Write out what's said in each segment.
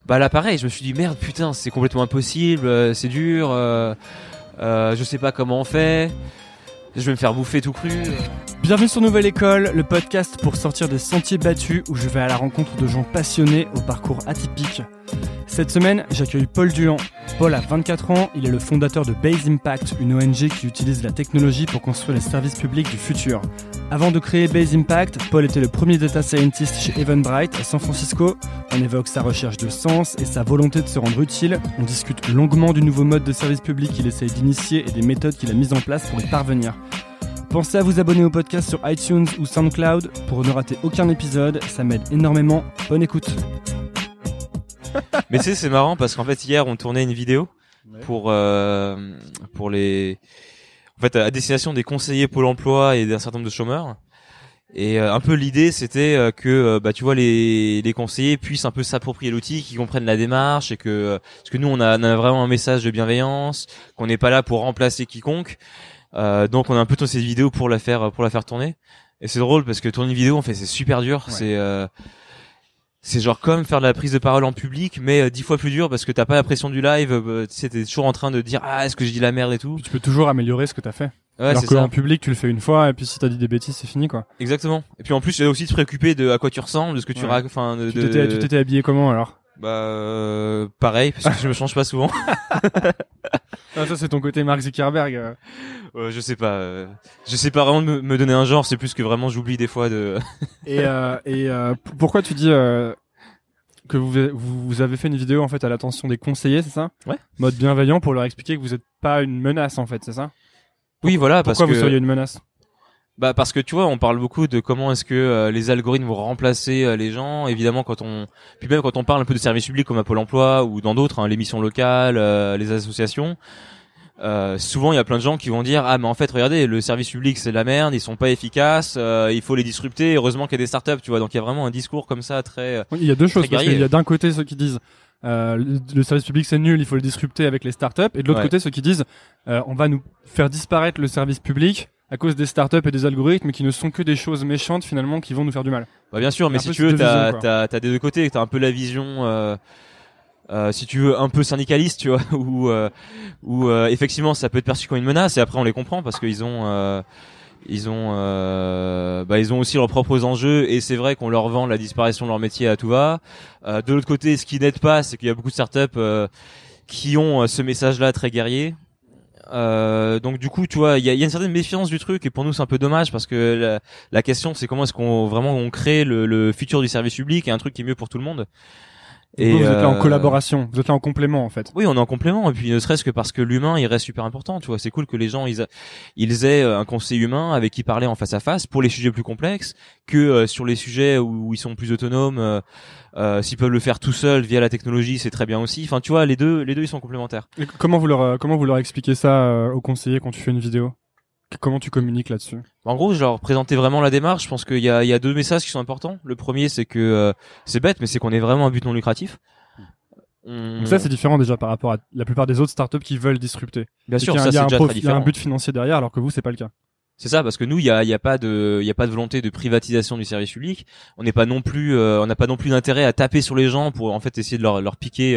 Bah là pareil, je me suis dit merde putain, c'est complètement impossible, c'est dur, je sais pas comment on fait, je vais me faire bouffer tout cru. Bienvenue sur Nouvelle École, le podcast pour sortir des sentiers battus où je vais à la rencontre de gens passionnés au parcours atypique. Cette semaine, j'accueille Paul Duhan. Paul a 24 ans, il est le fondateur de Base Impact, une ONG qui utilise la technologie pour construire les services publics du futur. Avant de créer Base Impact, Paul était le premier data scientist chez Eventbrite à San Francisco. On évoque sa recherche de sens et sa volonté de se rendre utile. On discute longuement du nouveau mode de service public qu'il essaye d'initier et des méthodes qu'il a mises en place pour y parvenir. Pensez à vous abonner au podcast sur iTunes ou SoundCloud pour ne rater aucun épisode, ça m'aide énormément. Bonne écoute. Mais tu sais, c'est marrant parce qu'en fait hier on tournait une vidéo pour les, en fait à destination des conseillers Pôle Emploi et d'un certain nombre de chômeurs. Et un peu l'idée c'était que tu vois les conseillers puissent un peu s'approprier l'outil, qu'ils comprennent la démarche et que parce que nous on a vraiment un message de bienveillance, qu'on n'est pas là pour remplacer quiconque. Donc on a un peu tourné cette vidéo pour la faire tourner. Et c'est drôle parce que tourner une vidéo en fait c'est super dur, c'est genre comme faire de la prise de parole en public, mais 10 fois plus dur parce que t'as pas la pression du live. Tu sais, t'es toujours en train de dire est-ce que je dis la merde et tout. Puis tu peux toujours améliorer ce que t'as fait. Ouais, alors c'est qu'en ça. public tu le fais une fois et puis si t'as dit des bêtises c'est fini quoi. Exactement. Et puis en plus, il y a aussi de se préoccuper de à quoi tu ressembles, de ce que tu racontes. Enfin, Tu t'étais habillé comment alors? Pareil, parce que je me change pas souvent. Ah, ça c'est ton côté Mark Zuckerberg. Je sais pas vraiment de me donner un genre. C'est plus que vraiment j'oublie des fois de. Et pourquoi tu dis que vous avez fait une vidéo en fait à l'attention des conseillers, c'est ça? Ouais. Mode bienveillant pour leur expliquer que vous êtes pas une menace en fait, c'est ça? Oui, voilà. Pourquoi vous seriez une menace? Parce que tu vois, on parle beaucoup de comment est-ce que les algorithmes vont remplacer les gens. Évidemment, puis même quand on parle un peu de services publics comme à Pôle Emploi ou dans d'autres, les missions locales, les associations. Souvent il y a plein de gens qui vont dire mais en fait regardez, le service public c'est de la merde, ils sont pas efficaces, il faut les disrupter, heureusement qu'il y a des startups, tu vois. Donc il y a vraiment un discours comme ça très il y a deux choses parce guerrier. qu'il y a d'un côté ceux qui disent le service public c'est nul, il faut le disrupter avec les startups, et de l'autre côté ceux qui disent on va nous faire disparaître le service public à cause des startups et des algorithmes qui ne sont que des choses méchantes finalement qui vont nous faire du mal. Bien sûr, mais si tu veux t'as des deux côtés, t'as un peu la vision si tu veux un peu syndicaliste, tu vois, où effectivement ça peut être perçu comme une menace, et après on les comprend parce qu'ils ont aussi leurs propres enjeux, et c'est vrai qu'on leur vend la disparition de leur métier à tout va. De l'autre côté, ce qui n'aide pas, c'est qu'il y a beaucoup de startups qui ont ce message-là très guerrier. Donc du coup, tu vois, il y a une certaine méfiance du truc, et pour nous c'est un peu dommage parce que la question c'est comment est-ce qu'on crée le futur du service public et un truc qui est mieux pour tout le monde. Et vous êtes là en collaboration, vous êtes là en complément en fait. Oui, on est en complément, et puis ne serait-ce que parce que l'humain il reste super important, tu vois. C'est cool que les gens ils aient un conseil humain avec qui parler en face à face pour les sujets plus complexes, que sur les sujets où ils sont plus autonomes, s'ils peuvent le faire tout seuls via la technologie, c'est très bien aussi. Enfin, tu vois, les deux ils sont complémentaires. Et comment vous leur expliquez ça aux conseillers quand tu fais une vidéo? Comment tu communiques là-dessus? En gros, je leur présentais vraiment la démarche. Je pense qu'il y a deux messages qui sont importants. Le premier, c'est que c'est bête, mais c'est qu'on est vraiment un but non lucratif. Donc ça, c'est différent déjà par rapport à la plupart des autres startups qui veulent disrupter. Bien sûr, ça c'est déjà très différent. Il y a un but financier derrière, alors que vous, c'est pas le cas. C'est ça, parce que nous, il y a pas de volonté de privatisation du service public. On n'a pas non plus d'intérêt à taper sur les gens pour en fait essayer de leur piquer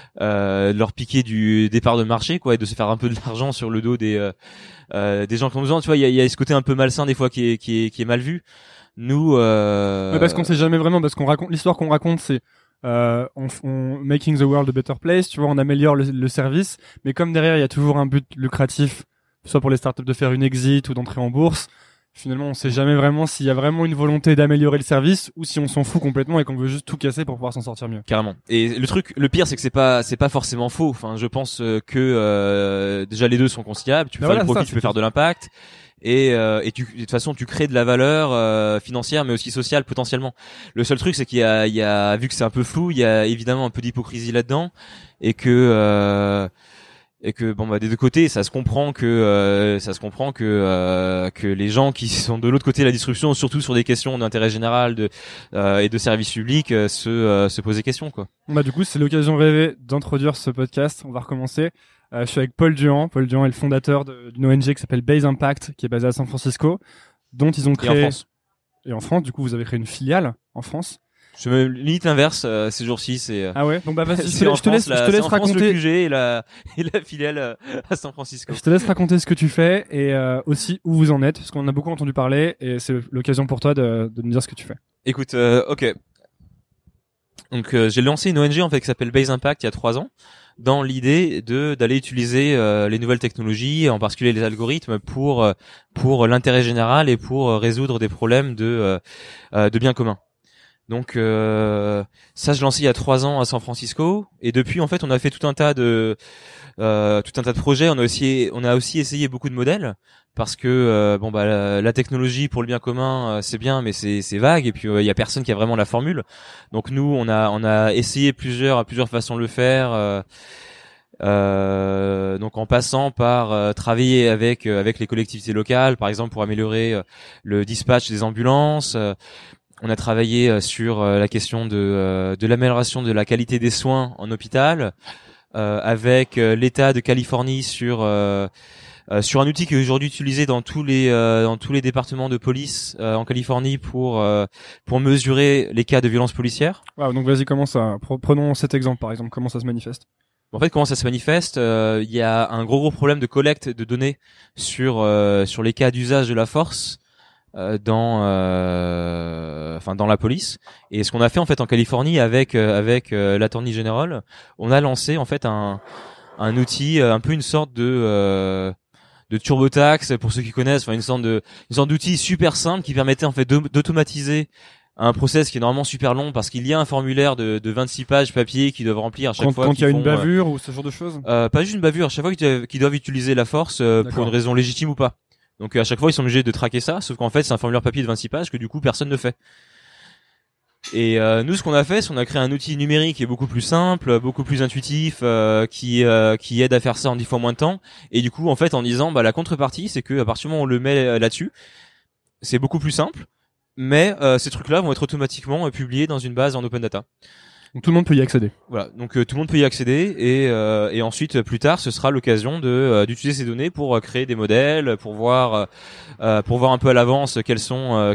du départ de marché, quoi, et de se faire un peu de l'argent sur le dos des gens qui ont besoin. Tu vois, il y a ce côté un peu malsain des fois qui est mal vu. Nous, parce qu'on sait jamais vraiment, parce qu'on raconte l'histoire qu'on raconte, c'est on making the world a better place. Tu vois, on améliore le service, mais comme derrière il y a toujours un but lucratif, soit pour les startups de faire une exit ou d'entrer en bourse. Finalement, on sait jamais vraiment s'il y a vraiment une volonté d'améliorer le service ou si on s'en fout complètement et qu'on veut juste tout casser pour pouvoir s'en sortir mieux. Carrément. Et le pire, c'est que c'est pas forcément faux. Enfin, je pense que déjà les deux sont conciliables. Tu peux faire du profit, tu peux faire de l'impact. Et de toute façon tu crées de la valeur financière mais aussi sociale potentiellement. Le seul truc c'est qu'il y a vu que c'est un peu flou, il y a évidemment un peu d'hypocrisie là-dedans, et que des deux côtés ça se comprend que les gens qui sont de l'autre côté de la disruption, surtout sur des questions d'intérêt général et de service public, se posent des questions, quoi. Du coup c'est l'occasion rêvée d'introduire ce podcast. On va recommencer. Je suis avec Paul Duhan. Paul Duhan est le fondateur d'une ONG qui s'appelle Base Impact, qui est basée à San Francisco, dont ils ont créé... Et en France. Et en France, du coup, vous avez créé une filiale en France. Je me limite l'inverse ces jours-ci, c'est Ah ouais, donc bah vas-y, c'est je te laisse raconter le QG et la filiale à San Francisco. Je te laisse raconter ce que tu fais et aussi où vous en êtes, parce qu'on en a beaucoup entendu parler et c'est l'occasion pour toi de nous dire ce que tu fais. Écoute, ok. Donc j'ai lancé une ONG en fait qui s'appelle Base Impact il y a 3 ans, dans l'idée d'aller utiliser les nouvelles technologies, en particulier les algorithmes, pour l'intérêt général et pour résoudre des problèmes de biens communs. Donc ça je lancé il y a 3 ans à San Francisco, et depuis en fait on a fait tout un tas de projets. On a aussi essayé beaucoup de modèles, parce que la technologie pour le bien commun c'est bien, mais c'est vague, et puis il y a personne qui a vraiment la formule. Donc nous on a essayé plusieurs façons de le faire, donc en passant par travailler avec les collectivités locales, par exemple pour améliorer le dispatch des ambulances. On a travaillé sur la question de l'amélioration de la qualité des soins en hôpital, avec l'État de Californie sur un outil qui est aujourd'hui utilisé dans tous les départements de police en Californie pour mesurer les cas de violences policières. Wow, donc vas-y, prenons cet exemple par exemple, comment ça se manifeste? En fait, comment ça se manifeste? Il y a un gros problème de collecte de données sur les cas d'usage de la force dans la police. Et ce qu'on a fait en fait en Californie avec l'Attorney General, on a lancé en fait un outil, un peu une sorte de TurboTax pour ceux qui connaissent, enfin une sorte d'outil super simple qui permettait en fait d'automatiser un process qui est normalement super long, parce qu'il y a un formulaire de 26 pages papier qu'ils doivent remplir à chaque fois. Quand il y a une bavure ou ce genre de choses? Pas juste une bavure, à chaque fois qu'ils doivent utiliser la force pour une raison légitime ou pas. Donc à chaque fois ils sont obligés de traquer ça, sauf qu'en fait c'est un formulaire papier de 26 pages que du coup personne ne fait. Et nous ce qu'on a fait, c'est qu'on a créé un outil numérique qui est beaucoup plus simple, beaucoup plus intuitif, qui aide à faire ça en 10 fois moins de temps. Et du coup en fait en disant la contrepartie, c'est que à partir du moment où on le met là-dessus, c'est beaucoup plus simple, mais ces trucs-là vont être automatiquement publiés dans une base en open data. Donc tout le monde peut y accéder. Voilà, donc tout le monde peut y accéder, et ensuite plus tard ce sera l'occasion d'utiliser ces données pour créer des modèles, pour voir un peu à l'avance quels sont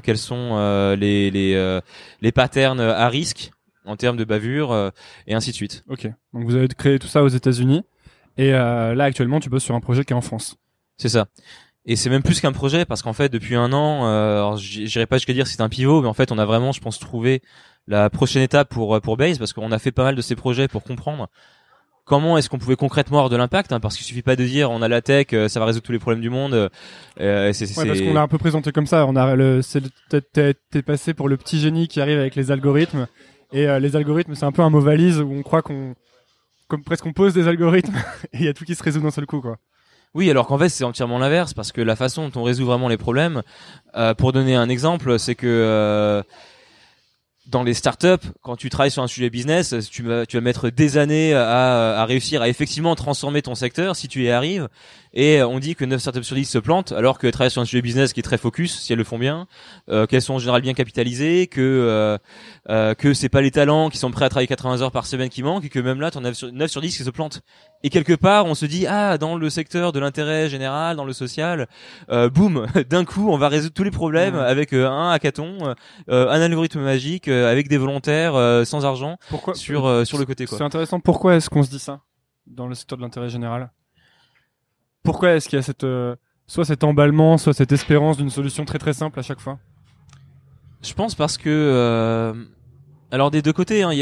les patterns à risque en termes de bavure, et ainsi de suite. Ok, donc vous avez créé tout ça aux États-Unis, et là actuellement tu bosses sur un projet qui est en France. C'est ça. Et c'est même plus qu'un projet, parce qu'en fait depuis un an, alors j'irai pas jusqu'à dire que c'est un pivot, mais en fait on a vraiment, je pense, trouvé la prochaine étape pour Base, parce qu'on a fait pas mal de ces projets pour comprendre comment est-ce qu'on pouvait concrètement avoir de l'impact, hein, parce qu'il suffit pas de dire on a la tech, ça va résoudre tous les problèmes du monde. Parce qu'on l'a un peu présenté comme ça. T'es passé pour le petit génie qui arrive avec les algorithmes, et les algorithmes c'est un peu un mot valise où on croit comme presque on pose des algorithmes et il y a tout qui se résout d'un seul coup, quoi. Oui, alors qu'en fait c'est entièrement l'inverse, parce que la façon dont on résout vraiment les problèmes, pour donner un exemple, c'est que dans les startups, quand tu travailles sur un sujet business, tu vas mettre des années à réussir à effectivement transformer ton secteur, si tu y arrives. Et on dit que 9 startups sur 10 se plantent, alors que travailler sur un sujet business qui est très focus, si elles le font bien, qu'elles sont en général bien capitalisées, que c'est pas les talents qui sont prêts à travailler 80 heures par semaine qui manquent, et que même là, t'en as 9 sur 10 qui se plantent. Et quelque part, on se dit, dans le secteur de l'intérêt général, dans le social, boum, d'un coup, on va résoudre tous les problèmes avec un hackathon, un algorithme magique, avec des volontaires sans argent. Pourquoi sur le côté, quoi. C'est intéressant. Pourquoi est-ce qu'on se dit ça dans le secteur de l'intérêt général? Pourquoi est-ce qu'il y a soit cet emballement, soit cette espérance d'une solution très très simple à chaque fois? Je pense parce que alors des deux côtés, hein, il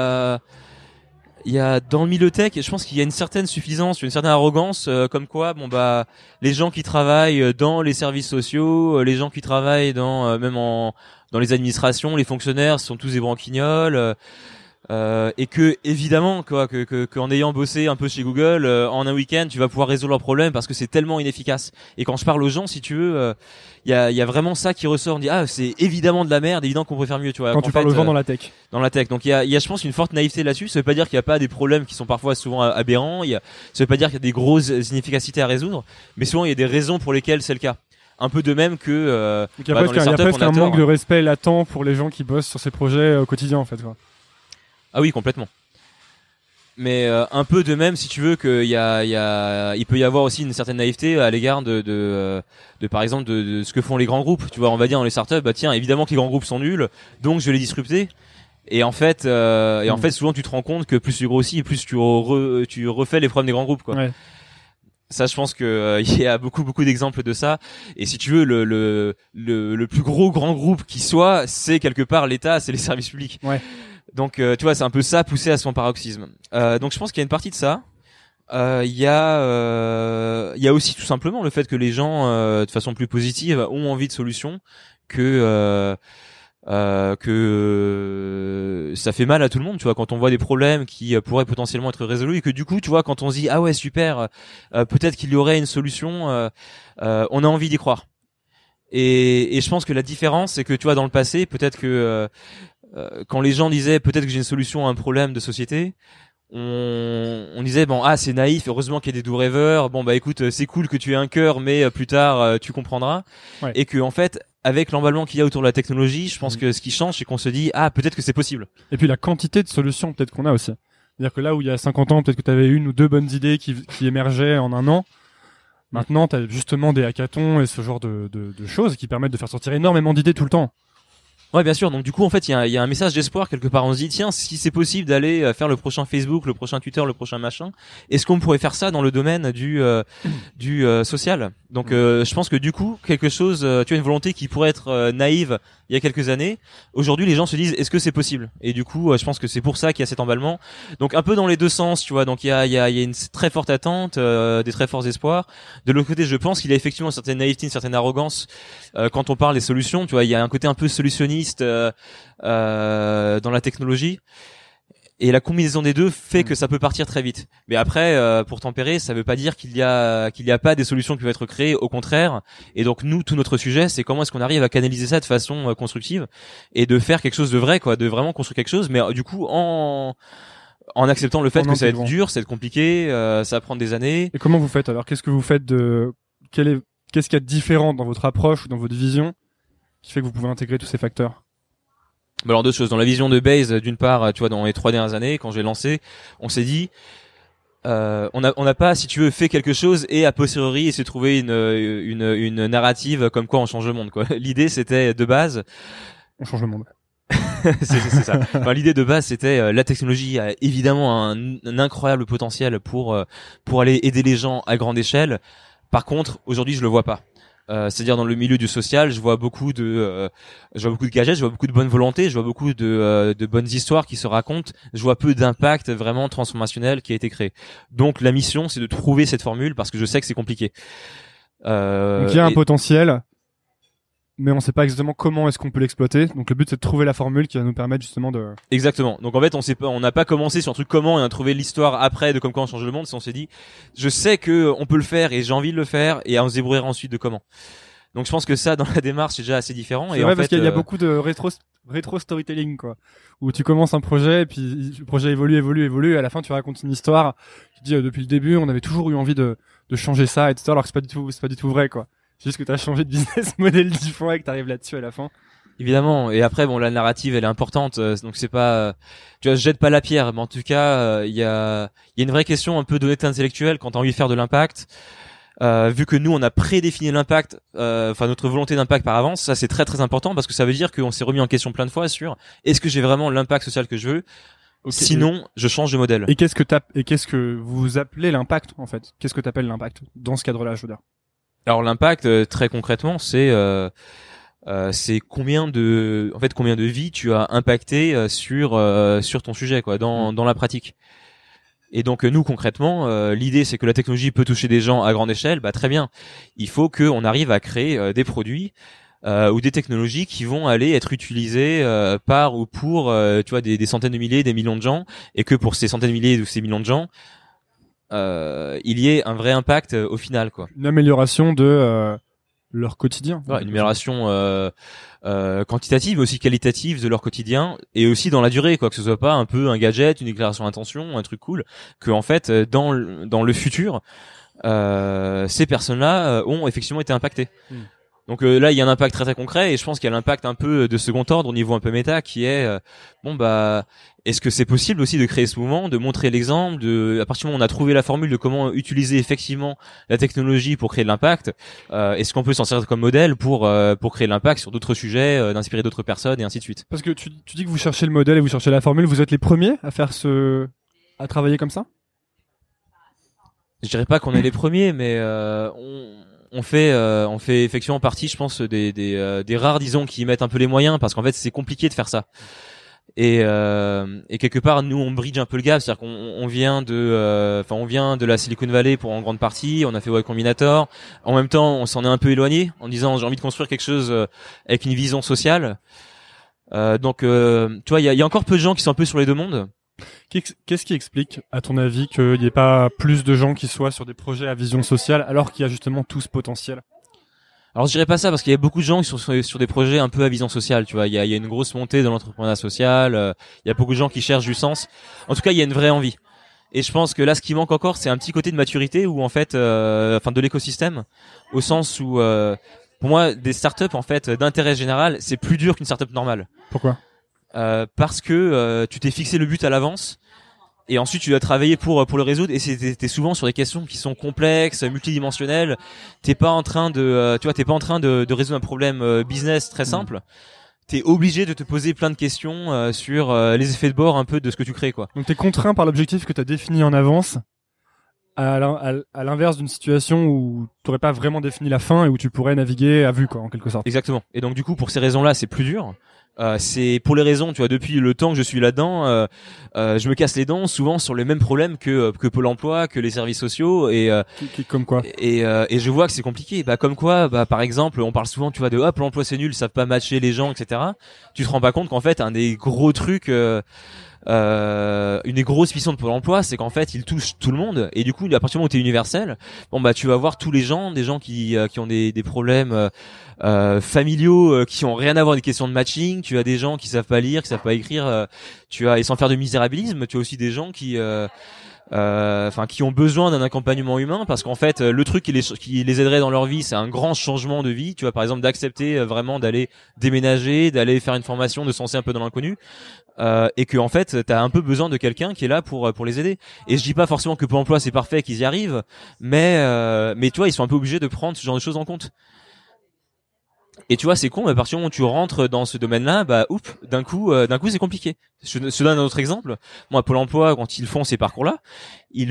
y a dans le milieu tech, je pense qu'il y a une certaine suffisance, une certaine arrogance, comme quoi les gens qui travaillent dans les services sociaux, les gens qui travaillent dans les administrations, les fonctionnaires sont tous des branquignoles. Et que évidemment qu'en ayant bossé un peu chez Google, en un week-end tu vas pouvoir résoudre leurs problèmes, parce que c'est tellement inefficace. Et quand je parle aux gens, si tu veux, il y a vraiment ça qui ressort. On dit c'est évidemment de la merde, évidemment qu'on peut faire mieux, tu vois. Quand tu parles aux gens dans la tech. Dans la tech. Donc il y a je pense une forte naïveté là-dessus. Ça veut pas dire qu'il y a pas des problèmes qui sont parfois souvent aberrants, ça veut pas dire qu'il y a des grosses inefficacités à résoudre, mais souvent il y a des raisons pour lesquelles c'est le cas. Un peu de même que il y a presque un manque de respect latent pour les gens qui bossent sur ces projets au quotidien, en fait, quoi. Ah oui, complètement. Mais un peu de même, si tu veux, il peut y avoir aussi une certaine naïveté à l'égard de par exemple de ce que font les grands groupes. Tu vois, on va dire dans les startups, tiens, évidemment que les grands groupes sont nuls, donc je vais les disrupter. Et en fait, souvent tu te rends compte que plus tu grossis, plus tu refais les problèmes des grands groupes, quoi. Ouais. Ça, je pense que il y a beaucoup d'exemples de ça. Et si tu veux, le plus gros grand groupe qui soit, c'est quelque part l'État, c'est les services publics. Ouais. Donc, tu vois, c'est un peu ça poussé à son paroxysme. Donc, je pense qu'il y a une partie de ça. Il y a aussi tout simplement le fait que les gens, de façon plus positive, ont envie de solutions, que ça fait mal à tout le monde, tu vois, quand on voit des problèmes qui pourraient potentiellement être résolus, et que du coup, tu vois, quand on se dit ah ouais super, peut-être qu'il y aurait une solution, on a envie d'y croire. Et je pense que la différence, c'est que tu vois, dans le passé, peut-être que quand les gens disaient peut-être que j'ai une solution à un problème de société, on disait bon c'est naïf, heureusement qu'il y a des doux rêveurs, bon bah écoute, c'est cool que tu aies un cœur, mais plus tard tu comprendras. Ouais. Et que en fait, avec l'emballement qu'il y a autour de la technologie, je pense que ce qui change, c'est qu'on se dit peut-être que c'est possible. Et puis la quantité de solutions peut-être qu'on a aussi. C'est-à-dire que là où il y a 50 ans, peut-être que tu avais une ou deux bonnes idées qui émergeaient en un an. Maintenant, tu as justement des hackathons et ce genre de choses qui permettent de faire sortir énormément d'idées tout le temps. Ouais, bien sûr. Donc du coup, en fait, il y a un message d'espoir quelque part. On se dit tiens, si c'est possible d'aller faire le prochain Facebook, le prochain Twitter, le prochain machin, est-ce qu'on pourrait faire ça dans le domaine du social? Donc je pense que du coup, quelque chose, tu as une volonté qui pourrait être naïve il y a quelques années. Aujourd'hui, les gens se disent est-ce que c'est possible? Et du coup, je pense que c'est pour ça qu'il y a cet emballement. Donc un peu dans les deux sens, tu vois. Donc il y a une très forte attente, des très forts espoirs. De l'autre côté, je pense qu'il y a effectivement une certaine naïveté, une certaine arrogance quand on parle des solutions. Tu vois, il y a un côté un peu solutionniste dans la technologie. Et la combinaison des deux fait que ça peut partir très vite. Mais après, pour tempérer, ça veut pas dire qu'il y a pas des solutions qui peuvent être créées. Au contraire. Et donc nous, tout notre sujet, c'est comment est-ce qu'on arrive à canaliser ça de façon constructive et de faire quelque chose de vrai, quoi, de vraiment construire quelque chose. Mais du coup, en acceptant le fait que ça va être dur, ça va être compliqué, ça va prendre des années. Et comment vous faites alors? Qu'est-ce que vous faites qu'est-ce qu'il y a de différent dans votre approche ou dans votre vision qui fait que vous pouvez intégrer tous ces facteurs? Alors deux choses. Dans la vision de Base, d'une part, tu vois, dans les 3 dernières années, quand j'ai lancé, on s'est dit, on n'a pas, si tu veux, fait quelque chose et a posteriori essayer de trouver une narrative comme quoi on change le monde, quoi. L'idée, c'était de base. On change le monde. c'est ça. Enfin, l'idée de base, c'était la technologie a évidemment un incroyable potentiel pour aller aider les gens à grande échelle. Par contre, aujourd'hui, je le vois pas. C'est-à-dire dans le milieu du social, je vois beaucoup de gadgets, je vois beaucoup de bonne volonté, je vois beaucoup de bonnes histoires qui se racontent, je vois peu d'impact vraiment transformationnel qui a été créé. Donc la mission, c'est de trouver cette formule parce que je sais que c'est compliqué. Donc il y a un potentiel, mais on sait pas exactement comment est-ce qu'on peut l'exploiter. Donc le but, c'est de trouver la formule qui va nous permettre justement de... Exactement. Donc en fait, on n'a pas commencé sur un truc comment et on a trouvé l'histoire après de comme quoi on change le monde. On s'est dit, je sais que on peut le faire et j'ai envie de le faire et on se débrouillera ensuite de comment. Donc je pense que ça, dans la démarche, c'est déjà assez différent. C'est vrai, parce qu'il y a beaucoup de rétro storytelling, quoi. Où tu commences un projet et puis le projet évolue et à la fin tu racontes une histoire. Tu dis depuis le début, on avait toujours eu envie de changer ça, etc. Alors que c'est pas du tout vrai, quoi. C'est juste que t'as changé de business model 10 fois et que t'arrives là-dessus à la fin. Évidemment. Et après, bon, la narrative, elle est importante. Donc c'est pas, tu vois, je jette pas la pierre. Mais en tout cas, il y a une vraie question un peu d'honnêteté intellectuelle quand t'as envie de faire de l'impact. Vu que nous, on a prédéfini l'impact, enfin notre volonté d'impact par avance, ça c'est très très important parce que ça veut dire qu'on s'est remis en question plein de fois sur est-ce que j'ai vraiment l'impact social que je veux. Okay. Sinon, je change de modèle. Et qu'est-ce que vous appelez l'impact en fait? Qu'est-ce que t'appelles l'impact dans ce cadre-là, je veux dire? Alors l'impact, très concrètement, c'est combien de vies tu as impacté sur ton sujet, quoi, dans la pratique. Et donc nous concrètement, l'idée c'est que la technologie peut toucher des gens à grande échelle. Bah très bien. Il faut qu'on arrive à créer des produits ou des technologies qui vont aller être utilisées par ou pour tu vois des centaines de milliers, des millions de gens, et que pour ces centaines de milliers ou ces millions de gens il y ait un vrai impact au final, quoi. Une amélioration de leur quotidien. Ouais, une amélioration quantitative mais aussi qualitative de leur quotidien et aussi dans la durée, quoi, que ce soit pas un peu un gadget, une déclaration d'intention, un truc cool, que en fait dans le futur ces personnes-là ont effectivement été impactées. Donc là, il y a un impact très très concret, et je pense qu'il y a l'impact un peu de second ordre au niveau un peu méta, qui est est-ce que c'est possible aussi de créer ce mouvement, de montrer l'exemple, à partir du moment où on a trouvé la formule de comment utiliser effectivement la technologie pour créer de l'impact, est-ce qu'on peut s'en servir comme modèle pour créer de l'impact sur d'autres sujets, d'inspirer d'autres personnes et ainsi de suite. Parce que tu dis que vous cherchez le modèle et vous cherchez la formule, vous êtes les premiers à faire à travailler comme ça? Je dirais pas qu'on est les premiers, mais on fait effectivement partie, je pense, des rares, disons, qui mettent un peu les moyens, parce qu'en fait c'est compliqué de faire ça. Et quelque part, nous on bridge un peu le gap, c'est-à-dire qu'on vient de la Silicon Valley pour en grande partie, on a fait Y Combinator. En même temps, on s'en est un peu éloigné en disant j'ai envie de construire quelque chose avec une vision sociale. Donc tu vois, il y a encore peu de gens qui sont un peu sur les deux mondes. Qu'est-ce qui explique, à ton avis, qu'il n'y ait pas plus de gens qui soient sur des projets à vision sociale alors qu'il y a justement tout ce potentiel? Alors je dirais pas ça, parce qu'il y a beaucoup de gens qui sont sur des projets un peu à vision sociale, tu vois. Il y a une grosse montée dans l'entrepreneuriat social. Il y a beaucoup de gens qui cherchent du sens. En tout cas, il y a une vraie envie. Et je pense que là, ce qui manque encore, c'est un petit côté de maturité, où en fait, de l'écosystème, au sens où, pour moi, des startups en fait d'intérêt général, c'est plus dur qu'une startup normale. Pourquoi? Parce que tu t'es fixé le but à l'avance, et ensuite tu dois travailler pour le résoudre, et t'es souvent sur des questions qui sont complexes, multidimensionnelles. T'es pas en train de résoudre un problème business très simple. T'es obligé de te poser plein de questions sur les effets de bord un peu de ce que tu crées, quoi. Donc t'es contraint par l'objectif que t'as défini en avance, à l'inverse d'une situation où t'aurais pas vraiment défini la fin et où tu pourrais naviguer à vue, quoi, en quelque sorte. Exactement. Et donc du coup, pour ces raisons-là, c'est plus dur. C'est pour les raisons, tu vois, depuis le temps que je suis là-dedans, je me casse les dents souvent sur les mêmes problèmes que Pôle Emploi, que les services sociaux, et Comme quoi? et je vois que c'est compliqué. Comme quoi, par exemple, on parle souvent, tu vois, de Pôle Emploi c'est nul, ils savent pas matcher les gens, etc. Tu te rends pas compte qu'en fait un des gros trucs, une des grosses missions de Pôle Emploi, c'est qu'en fait il touche tout le monde, et du coup à partir du moment où t'es universel, tu vas voir tous les gens, des gens qui ont des problèmes familiaux, qui ont rien à voir avec des questions de matching. Tu as des gens qui savent pas lire, qui savent pas écrire, et sans faire de misérabilisme, tu as aussi des gens qui ont besoin d'un accompagnement humain, parce qu'en fait le truc qui les aiderait dans leur vie, c'est un grand changement de vie, tu vois, par exemple d'accepter vraiment d'aller déménager, d'aller faire une formation, de se lancer un peu dans l'inconnu, et que en fait t'as un peu besoin de quelqu'un qui est là pour les aider. Et je dis pas forcément que Pôle Emploi c'est parfait, qu'ils y arrivent, mais tu vois, ils sont un peu obligés de prendre ce genre de choses en compte. Et tu vois, c'est con, mais à partir du moment où tu rentres dans ce domaine-là, d'un coup, c'est compliqué. Je donne un autre exemple. Moi, Pôle Emploi, quand ils font ces parcours-là, ils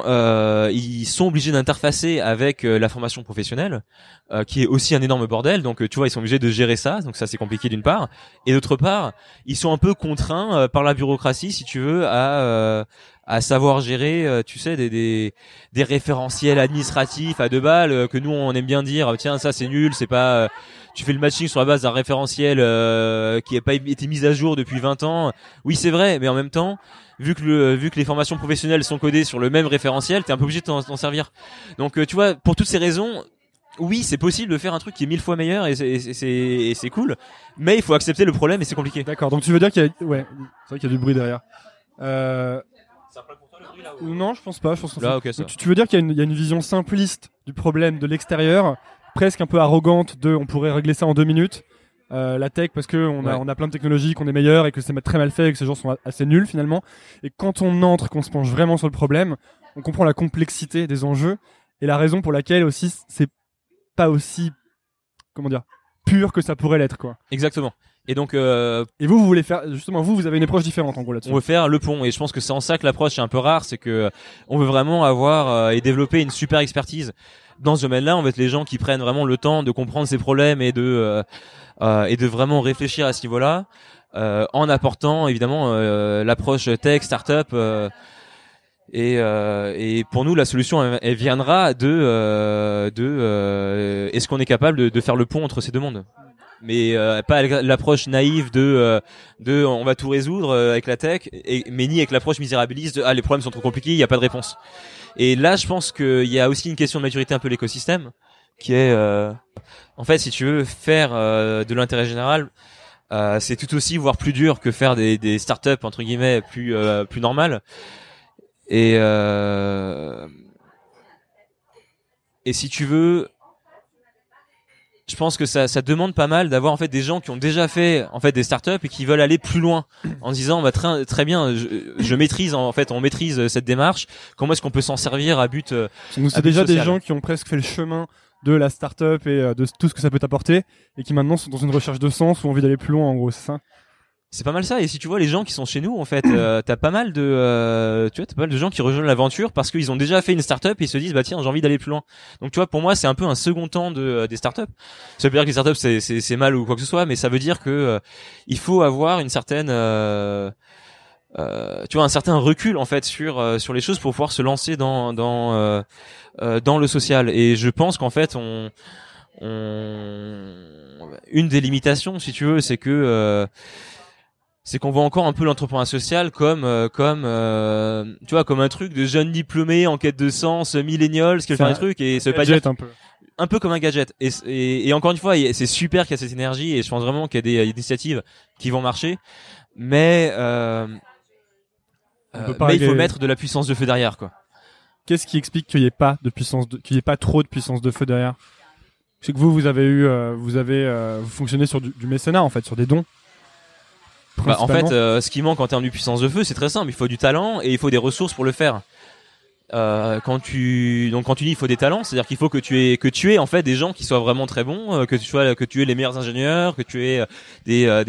sont obligés d'interfacer avec la formation professionnelle, qui est aussi un énorme bordel. Donc, tu vois, ils sont obligés de gérer ça. Donc, ça, c'est compliqué d'une part. Et d'autre part, ils sont un peu contraints par la bureaucratie, si tu veux, à savoir gérer, tu sais, des référentiels administratifs à deux balles, que nous on aime bien dire, tiens, ça c'est nul, c'est pas. Tu fais le matching sur la base d'un référentiel qui n'a pas été mis à jour depuis 20 ans. Oui, c'est vrai, mais en même temps, vu que les formations professionnelles sont codées sur le même référentiel, t'es un peu obligé de t'en servir. Donc, tu vois, pour toutes ces raisons, oui, c'est possible de faire un truc qui est 1000 fois meilleur, et c'est cool, mais il faut accepter le problème, et c'est compliqué. D'accord, donc tu veux dire qu'il y a... Ouais, c'est vrai qu'il y a du bruit derrière. C'est un problème pour toi, le bruit, là, ou... Non, je pense pas. Là, okay, donc, tu veux dire qu'il y a une vision simpliste du problème de l'extérieur, presque un peu arrogante on pourrait régler ça en 2 minutes, la tech, parce que on a plein de technologies, qu'on est meilleur et que c'est très mal fait et que ces gens sont assez nuls finalement. Et quand qu'on se penche vraiment sur le problème, on comprend la complexité des enjeux et la raison pour laquelle aussi c'est pas aussi, comment dire, pur que ça pourrait l'être, quoi. Exactement. Et donc, et vous voulez faire, justement, vous avez une approche différente en gros là-dessus. On veut faire le pont, et je pense que c'est en ça que l'approche est un peu rare, c'est que on veut vraiment avoir et développer une super expertise dans ce domaine-là. On veut être les gens qui prennent vraiment le temps de comprendre ces problèmes et de vraiment réfléchir à ce niveau-là, en apportant évidemment l'approche tech, startup. Et pour nous, la solution, elle viendra de est-ce qu'on est capable de faire le pont entre ces deux mondes, mais pas l'approche naïve de on va tout résoudre avec la tech, mais ni avec l'approche misérabiliste de les problèmes sont trop compliqués, il y a pas de réponse. Et là, je pense qu'il y a aussi une question de maturité un peu l'écosystème, qui est en fait, si tu veux faire de l'intérêt général, c'est tout aussi, voire plus dur que faire des startups entre guillemets plus normales. Et si tu veux, je pense que ça demande pas mal d'avoir en fait des gens qui ont déjà fait en fait des startups et qui veulent aller plus loin en disant bah très bien, je maîtrise en fait, on maîtrise cette démarche. Comment est-ce qu'on peut s'en servir à but Donc c'est déjà des gens qui ont presque fait le chemin de la startup et de tout ce que ça peut t'apporter et qui maintenant sont dans une recherche de sens ou envie d'aller plus loin en gros, c'est ça? C'est pas mal ça. Et si tu vois les gens qui sont chez nous, en fait, t'as pas mal de, t'as pas mal de gens qui rejoignent l'aventure parce qu'ils ont déjà fait une startup et ils se disent bah tiens, j'ai envie d'aller plus loin. Donc tu vois, pour moi, c'est un peu un second temps des startups. Ça veut dire que les startups c'est mal ou quoi que ce soit, mais ça veut dire que il faut avoir une certaine, tu vois, un certain recul en fait sur les choses pour pouvoir se lancer dans le social. Et je pense qu'en fait, une des limitations, si tu veux, c'est qu'on voit encore un peu l'entrepreneuriat social comme tu vois, comme un truc de jeunes diplômés en quête de sens, millennials qui veulent faire des trucs, et ça veut pas dire un peu comme un gadget. Et encore une fois, c'est super qu'il y a cette énergie, et je pense vraiment qu'il y a des initiatives qui vont marcher, mais il faut mettre de la puissance de feu derrière, quoi. Qu'est-ce qui explique qu'il y ait pas trop de puissance de feu derrière? C'est que vous fonctionnez sur du mécénat en fait, sur des dons. Bah, en fait, ce qui manque en termes de puissance de feu, c'est très simple. Il faut du talent et il faut des ressources pour le faire. Quand tu dis il faut des talents, c'est-à-dire qu'il faut que tu aies en fait des gens qui soient vraiment très bons, que tu aies les meilleurs ingénieurs, que tu aies des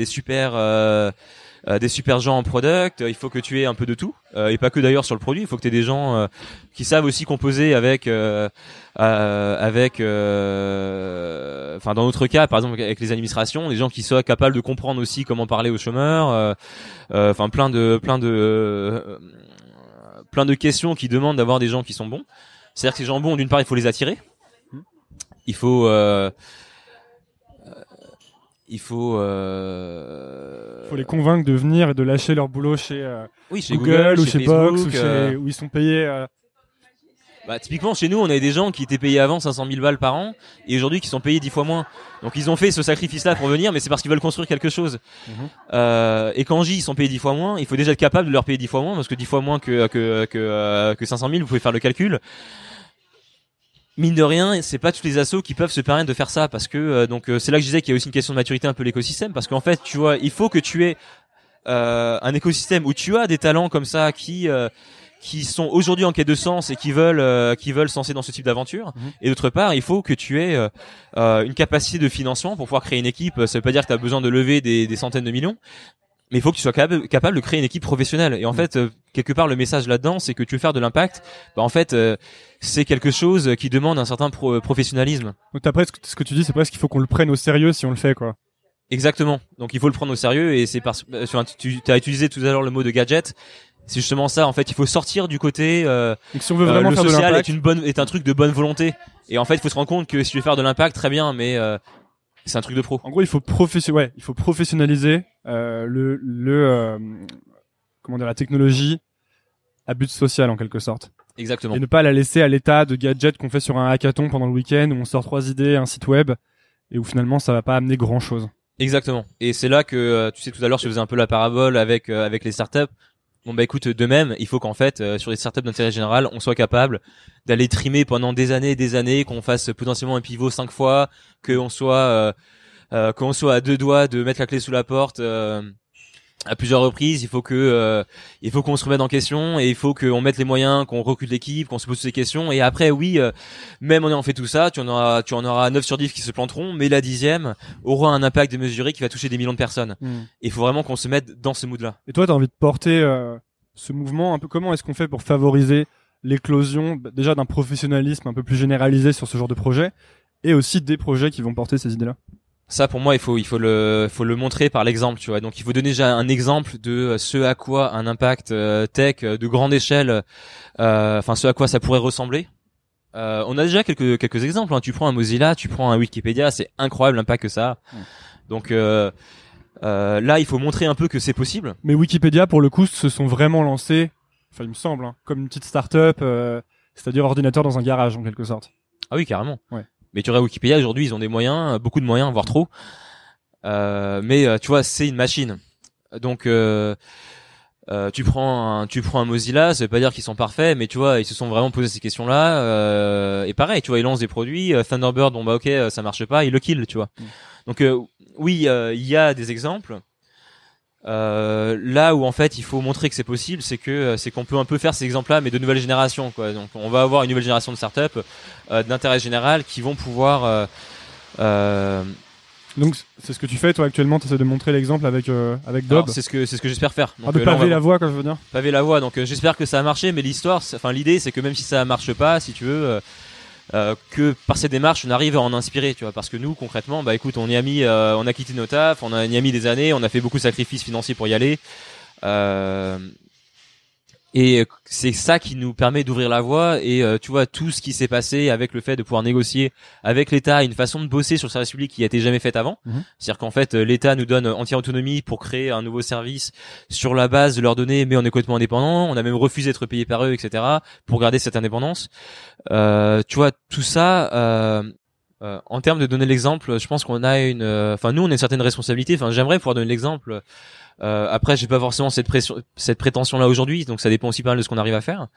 super gens en product. Il faut que tu aies un peu de tout, et pas que d'ailleurs sur le produit. Il faut que tu aies des gens qui savent aussi composer avec enfin dans notre cas par exemple avec les administrations, des gens qui soient capables de comprendre aussi comment parler aux chômeurs, enfin plein de questions qui demandent d'avoir des gens qui sont bons. C'est-à-dire que ces gens bons, d'une part, il faut les attirer. Il faut les convaincre de venir et de lâcher leur boulot chez Google ou chez chez Facebook, Box où ils sont payés. Bah, typiquement, chez nous, on avait des gens qui étaient payés avant 500 000 balles par an et aujourd'hui qui sont payés 10 fois moins. Donc, ils ont fait ce sacrifice-là pour venir, mais c'est parce qu'ils veulent construire quelque chose. Et quand ils sont payés 10 fois moins, il faut déjà être capable de leur payer 10 fois moins, parce que 10 fois moins que 500 000, vous pouvez faire le calcul. Mine de rien, c'est pas tous les assos qui peuvent se permettre de faire ça, parce que c'est là que je disais qu'il y a aussi une question de maturité un peu l'écosystème, parce qu'en fait, tu vois, il faut que tu aies un écosystème où tu as des talents comme ça qui sont aujourd'hui en quête de sens et qui veulent se lancer dans ce type d'aventure. Et d'autre part, il faut que tu aies une capacité de financement pour pouvoir créer une équipe. Ça veut pas dire que tu as besoin de lever des centaines de millions, mais il faut que tu sois capable de créer une équipe professionnelle. Et en fait, quelque part, le message là-dedans, c'est que tu veux faire de l'impact. Bah, en fait, c'est quelque chose qui demande un certain professionnalisme. Donc ce que tu dis, c'est presque qu'il faut qu'on le prenne au sérieux si on le fait, quoi. Exactement. Donc il faut le prendre au sérieux, et c'est tu as utilisé tout à l'heure le mot de gadget. C'est justement ça, en fait, il faut sortir du côté donc si on veut vraiment le faire social de l'impact, est un truc de bonne volonté. Et en fait, il faut se rendre compte que si tu veux faire de l'impact, très bien, mais c'est un truc de pro. En gros, il faut professionnaliser comment dire, la technologie à but social en quelque sorte. Exactement. Et ne pas la laisser à l'état de gadget qu'on fait sur un hackathon pendant le week-end où on sort 3 idées, un site web et où finalement ça va pas amener grand chose. Exactement. Et c'est là que tu sais, tout à l'heure je faisais un peu la parabole avec les startups. Bon bah écoute, de même, il faut qu'en fait sur les startups d'intérêt général, on soit capable d'aller trimer pendant des années, qu'on fasse potentiellement un pivot 5 fois, qu'on soit à 2 doigts de mettre la clé sous la porte à plusieurs reprises. Il faut qu'on se remette en question, et il faut qu'on mette les moyens, qu'on recrute l'équipe, qu'on se pose ces questions. Et après, oui, même en ayant fait tout ça, tu en auras 9 sur 10 qui se planteront, mais la 10e aura un impact démesuré qui va toucher des millions de personnes. Et il faut vraiment qu'on se mette dans ce mood-là. Et toi, t'as envie de porter ce mouvement un peu. Comment est-ce qu'on fait pour favoriser l'éclosion déjà d'un professionnalisme un peu plus généralisé sur ce genre de projet, et aussi des projets qui vont porter ces idées-là? Ça, pour moi, il faut le montrer par l'exemple, tu vois. Donc, il faut donner déjà un exemple de ce à quoi un impact tech de grande échelle, enfin, ce à quoi ça pourrait ressembler. On a déjà quelques exemples, hein. Tu prends un Mozilla, tu prends un Wikipédia, c'est incroyable l'impact que ça a. Donc, là, il faut montrer un peu que c'est possible. Mais Wikipédia, pour le coup, se sont vraiment lancés, enfin, il me semble, hein, comme une petite start-up, c'est-à-dire ordinateur dans un garage, en quelque sorte. Ah oui, carrément. Ouais. Mais tu regardes Wikipédia, aujourd'hui, ils ont des moyens, beaucoup de moyens, voire trop. Mais tu vois, c'est une machine. Donc Tu prends un Mozilla, ça veut pas dire qu'ils sont parfaits, mais tu vois, ils se sont vraiment posé ces questions-là. Et pareil, tu vois, ils lancent des produits. Thunderbird, bon bah ok, ça marche pas, ils le kill, tu vois. Donc oui, il y a des exemples. Là où en fait il faut montrer que c'est possible, c'est qu'on peut un peu faire ces exemples-là, mais de nouvelle génération, quoi. Donc on va avoir une nouvelle génération de startups d'intérêt général qui vont pouvoir Donc c'est ce que tu fais toi actuellement, tu essaies de montrer l'exemple avec Dob. Alors, c'est ce que j'espère faire. Donc, de paver la voie, quoi, je veux dire. Paver la voie. Donc j'espère que ça a marché, mais l'idée c'est que même si ça marche pas, si tu veux, que par cette démarche on arrive à en inspirer, tu vois. Parce que nous concrètement, bah écoute, on a quitté nos tafs, on y a mis des années, on a fait beaucoup de sacrifices financiers pour y aller. Et c'est ça qui nous permet d'ouvrir la voie. Et tu vois, tout ce qui s'est passé avec le fait de pouvoir négocier avec l'État une façon de bosser sur le service public qui a été jamais faite avant. C'est-à-dire qu'en fait l'État nous donne entière autonomie pour créer un nouveau service sur la base de leurs données, mais on est complètement indépendant. On a même refusé d'être payé par eux, etc., pour garder cette indépendance. Tu vois, tout ça en termes de donner l'exemple, je pense qu'on a nous on a une certaine responsabilité. Enfin, j'aimerais pouvoir donner l'exemple. Après, j'ai pas forcément cette prétention là aujourd'hui, donc ça dépend aussi pas mal de ce qu'on arrive à faire.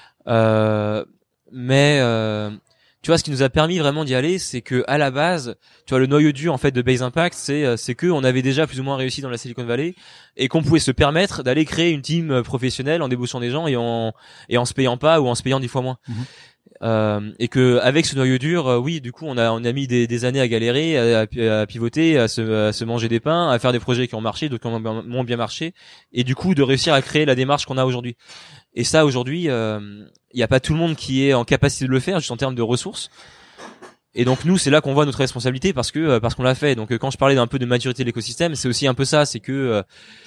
Mais tu vois, ce qui nous a permis vraiment d'y aller, c'est que à la base, tu vois, le noyau dur en fait de Base Impact, c'est que on avait déjà plus ou moins réussi dans la Silicon Valley et qu'on pouvait se permettre d'aller créer une team professionnelle en débauchant des gens et en se payant pas ou en se payant 10 fois moins. Et que avec ce noyau dur, oui, du coup, on a mis des années à galérer, à pivoter, à se manger des pains, à faire des projets qui ont marché, d'autres qui ont bien marché, et du coup de réussir à créer la démarche qu'on a aujourd'hui. Et ça, aujourd'hui, il y a pas tout le monde qui est en capacité de le faire, juste en termes de ressources. Et donc nous, c'est là qu'on voit notre responsabilité parce qu'on l'a fait. Donc quand je parlais d'un peu de maturité de l'écosystème, c'est aussi un peu ça, c'est que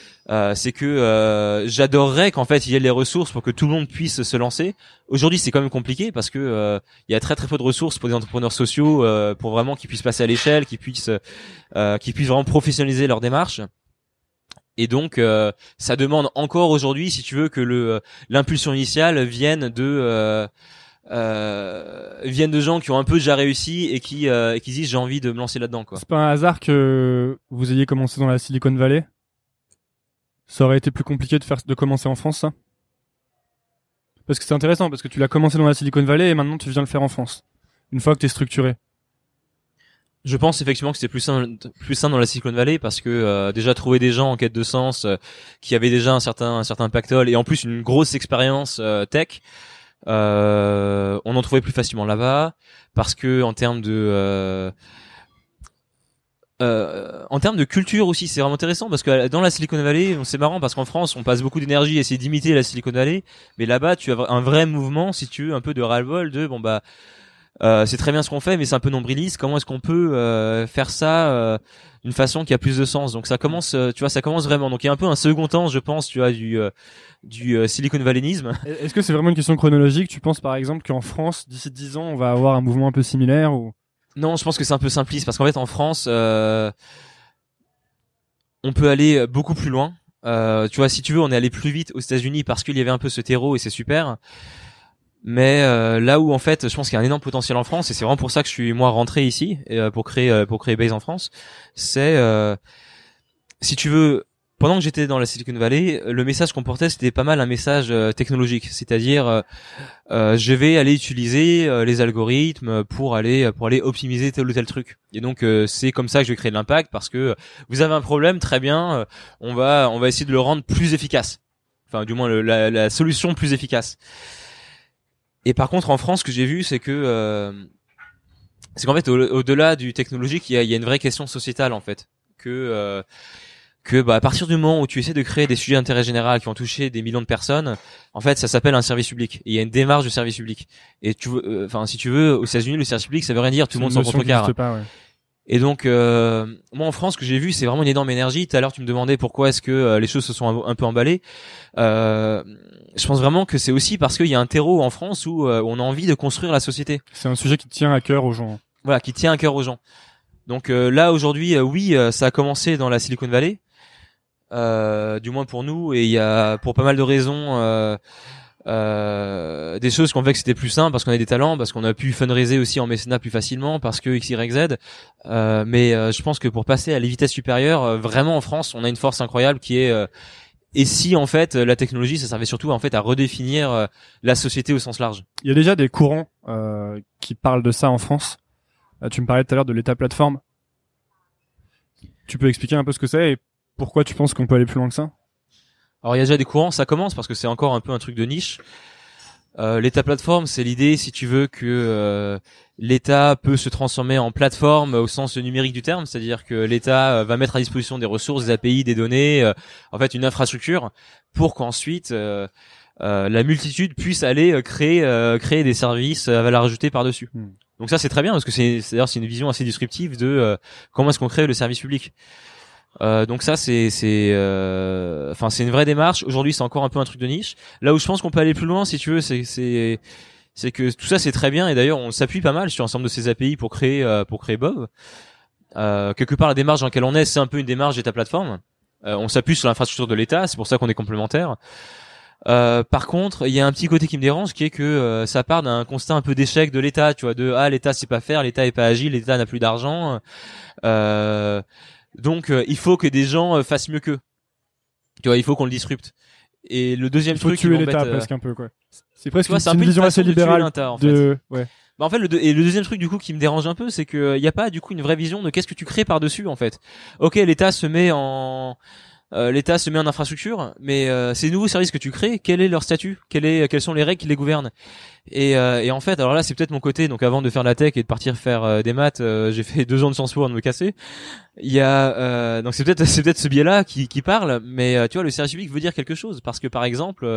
j'adorerais qu'en fait il y ait les ressources pour que tout le monde puisse se lancer. Aujourd'hui, c'est quand même compliqué parce que il y a très très peu de ressources pour des entrepreneurs sociaux pour vraiment qu'ils puissent passer à l'échelle, qu'ils puissent vraiment professionnaliser leur démarche. Et donc ça demande encore aujourd'hui, si tu veux, que l'impulsion initiale vienne de gens qui ont un peu déjà réussi et qui disent j'ai envie de me lancer là-dedans, quoi. C'est pas un hasard que vous ayez commencé dans la Silicon Valley? Ça aurait été plus compliqué de commencer en France, ça? Parce que c'est intéressant, parce que tu l'as commencé dans la Silicon Valley et maintenant tu viens le faire en France. Une fois que t'es structuré. Je pense effectivement que c'était plus simple dans la Silicon Valley parce que déjà trouver des gens en quête de sens qui avaient déjà un certain pactole et en plus une grosse expérience tech, on en trouvait plus facilement là-bas parce que en termes de culture aussi, c'est vraiment intéressant parce que dans la Silicon Valley, c'est marrant parce qu'en France, on passe beaucoup d'énergie à essayer d'imiter la Silicon Valley, mais là-bas, tu as un vrai mouvement, si tu veux, un peu de ras-le-bol de bon bah c'est très bien ce qu'on fait, mais c'est un peu nombriliste. Comment est-ce qu'on peut faire ça d'une façon qui a plus de sens? Donc ça commence, tu vois, ça commence vraiment. Donc il y a un peu un second temps, je pense, tu vois, du Silicon Valleyisme. Est-ce que c'est vraiment une question chronologique? Tu penses par exemple qu'en France, d'ici 10 ans, on va avoir un mouvement un peu similaire ou? Non, je pense que c'est un peu simpliste parce qu'en fait en France, on peut aller beaucoup plus loin. Tu vois, si tu veux, on est allé plus vite aux États-Unis parce qu'il y avait un peu ce terreau et c'est super. Mais là où en fait, je pense qu'il y a un énorme potentiel en France et c'est vraiment pour ça que je suis moi rentré ici pour créer Base en France. C'est si tu veux. Pendant que j'étais dans la Silicon Valley, le message qu'on portait, c'était pas mal un message technologique, c'est-à-dire je vais aller utiliser les algorithmes pour aller optimiser tel ou tel truc. Et donc c'est comme ça que je vais créer de l'impact parce que vous avez un problème, très bien, on va essayer de le rendre plus efficace. Enfin, du moins la solution plus efficace. Et par contre, en France, ce que j'ai vu, c'est qu'en fait, au-delà du technologique, il y a une vraie question sociétale en fait, que à partir du moment où tu essaies de créer des sujets d'intérêt général qui vont toucher des millions de personnes, en fait, ça s'appelle un service public. Et il y a une démarche de service public. Et si tu veux, aux États-Unis, le service public, ça veut rien dire. Tout le monde s'en contrecarre. Ouais. Et donc, moi en France, ce que j'ai vu, c'est vraiment une énorme énergie. Tout à l'heure, tu me demandais pourquoi est-ce que les choses se sont un peu emballées. Je pense vraiment que c'est aussi parce qu'il y a un terreau en France où on a envie de construire la société. C'est un sujet qui tient à cœur aux gens. Voilà, qui tient à cœur aux gens. Donc là aujourd'hui, oui, ça a commencé dans la Silicon Valley. Du moins pour nous, et il y a pour pas mal de raisons des choses qu'on fait que c'était plus simple parce qu'on a des talents, parce qu'on a pu fundraiser aussi en mécénat plus facilement, parce que X, Y, Z. Mais je pense que pour passer à les vitesses supérieures, vraiment en France, on a une force incroyable qui est et si en fait la technologie ça servait surtout en fait à redéfinir la société au sens large. Il y a déjà des courants qui parlent de ça en France. Tu me parlais tout à l'heure de l'État plateforme. Tu peux expliquer un peu ce que c'est et pourquoi tu penses qu'on peut aller plus loin que ça? Alors il y a déjà des courants, ça commence parce que c'est encore un peu un truc de niche. L'État plateforme, c'est l'idée, si tu veux, que l'État peut se transformer en plateforme au sens numérique du terme, c'est-à-dire que l'État va mettre à disposition des ressources, des API, des données, en fait une infrastructure, pour qu'ensuite la multitude puisse aller créer des services à valeur ajoutée par-dessus. Donc ça c'est très bien parce que c'est une vision assez disruptive de comment est-ce qu'on crée le service public. Donc ça c'est une vraie démarche. Aujourd'hui c'est encore un peu un truc de niche. Là où je pense qu'on peut aller plus loin, si tu veux, c'est que tout ça c'est très bien et d'ailleurs on s'appuie pas mal sur l'ensemble de ces API pour créer Bob. Quelque part la démarche dans laquelle on est, c'est un peu une démarche d'État plateforme. On s'appuie sur l'infrastructure de l'État, c'est pour ça qu'on est complémentaires. Par contre, il y a un petit côté qui me dérange, qui est que ça part d'un constat un peu d'échec de l'État, tu vois, l'État sait pas faire, l'État est pas agile, l'État n'a plus d'argent. Donc il faut que des gens fassent mieux qu'eux. Tu vois, il faut qu'on le disrupte. Et le deuxième truc qui m'embête, tuer l'État presque un peu quoi. C'est presque c'est une vision assez libérale en fait. Ouais. Bah en fait le deuxième truc du coup qui me dérange un peu, c'est que il y a pas du coup une vraie vision de qu'est-ce que tu crées par-dessus en fait. OK, l'État se met en infrastructure, mais ces nouveaux services que tu crées, quel est leur statut, quelles sont les règles qui les gouvernent, et en fait, alors là, c'est peut-être mon côté. Donc, avant de faire la tech et de partir faire des maths, j'ai fait 2 ans de Sciences Po avant de me casser. Il y a donc c'est peut-être ce biais-là qui parle, mais tu vois, le service public veut dire quelque chose parce que par exemple,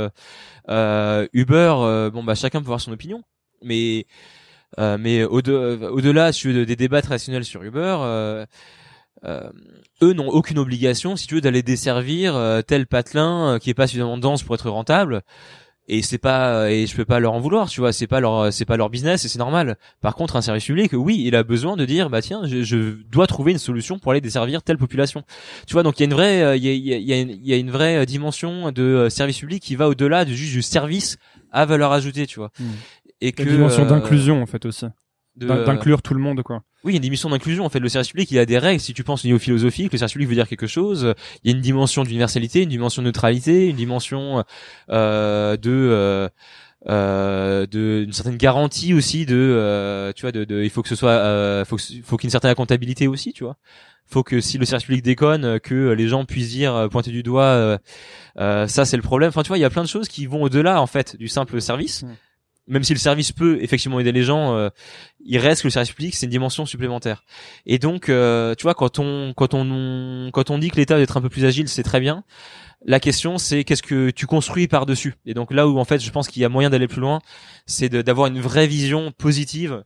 Uber, chacun peut avoir son opinion, mais au-delà des débats traditionnels sur Uber. Eux n'ont aucune obligation, si tu veux, d'aller desservir tel patelin qui est pas suffisamment dense pour être rentable. Et je peux pas leur en vouloir, tu vois, c'est pas leur business et c'est normal. Par contre, un service public, oui, il a besoin de dire, bah tiens, je dois trouver une solution pour aller desservir telle population. Tu vois, donc il y a une vraie, il y a une vraie dimension de service public qui va au-delà de juste du service à valeur ajoutée, tu vois. Et que une dimension d'inclusion en fait aussi. D'inclure tout le monde quoi. Oui, il y a une dimension d'inclusion en fait. Le service public, il a des règles. Si tu penses au niveau philosophique, le service public veut dire quelque chose. Il y a une dimension d'universalité, une dimension de neutralité, une dimension de une certaine garantie aussi de tu vois il faut que ce soit faut qu'il y ait une certaine comptabilité aussi, tu vois. Faut que si le service public déconne, que les gens puissent dire pointer du doigt ça c'est le problème. Enfin tu vois, il y a plein de choses qui vont au-delà en fait du simple service. Même si le service peut effectivement aider les gens, il reste que le service public c'est une dimension supplémentaire. Et donc, tu vois, quand on dit que l'État doit être un peu plus agile, c'est très bien. La question c'est qu'est-ce que tu construis par-dessus. Et donc là où en fait je pense qu'il y a moyen d'aller plus loin, c'est d'avoir une vraie vision positive.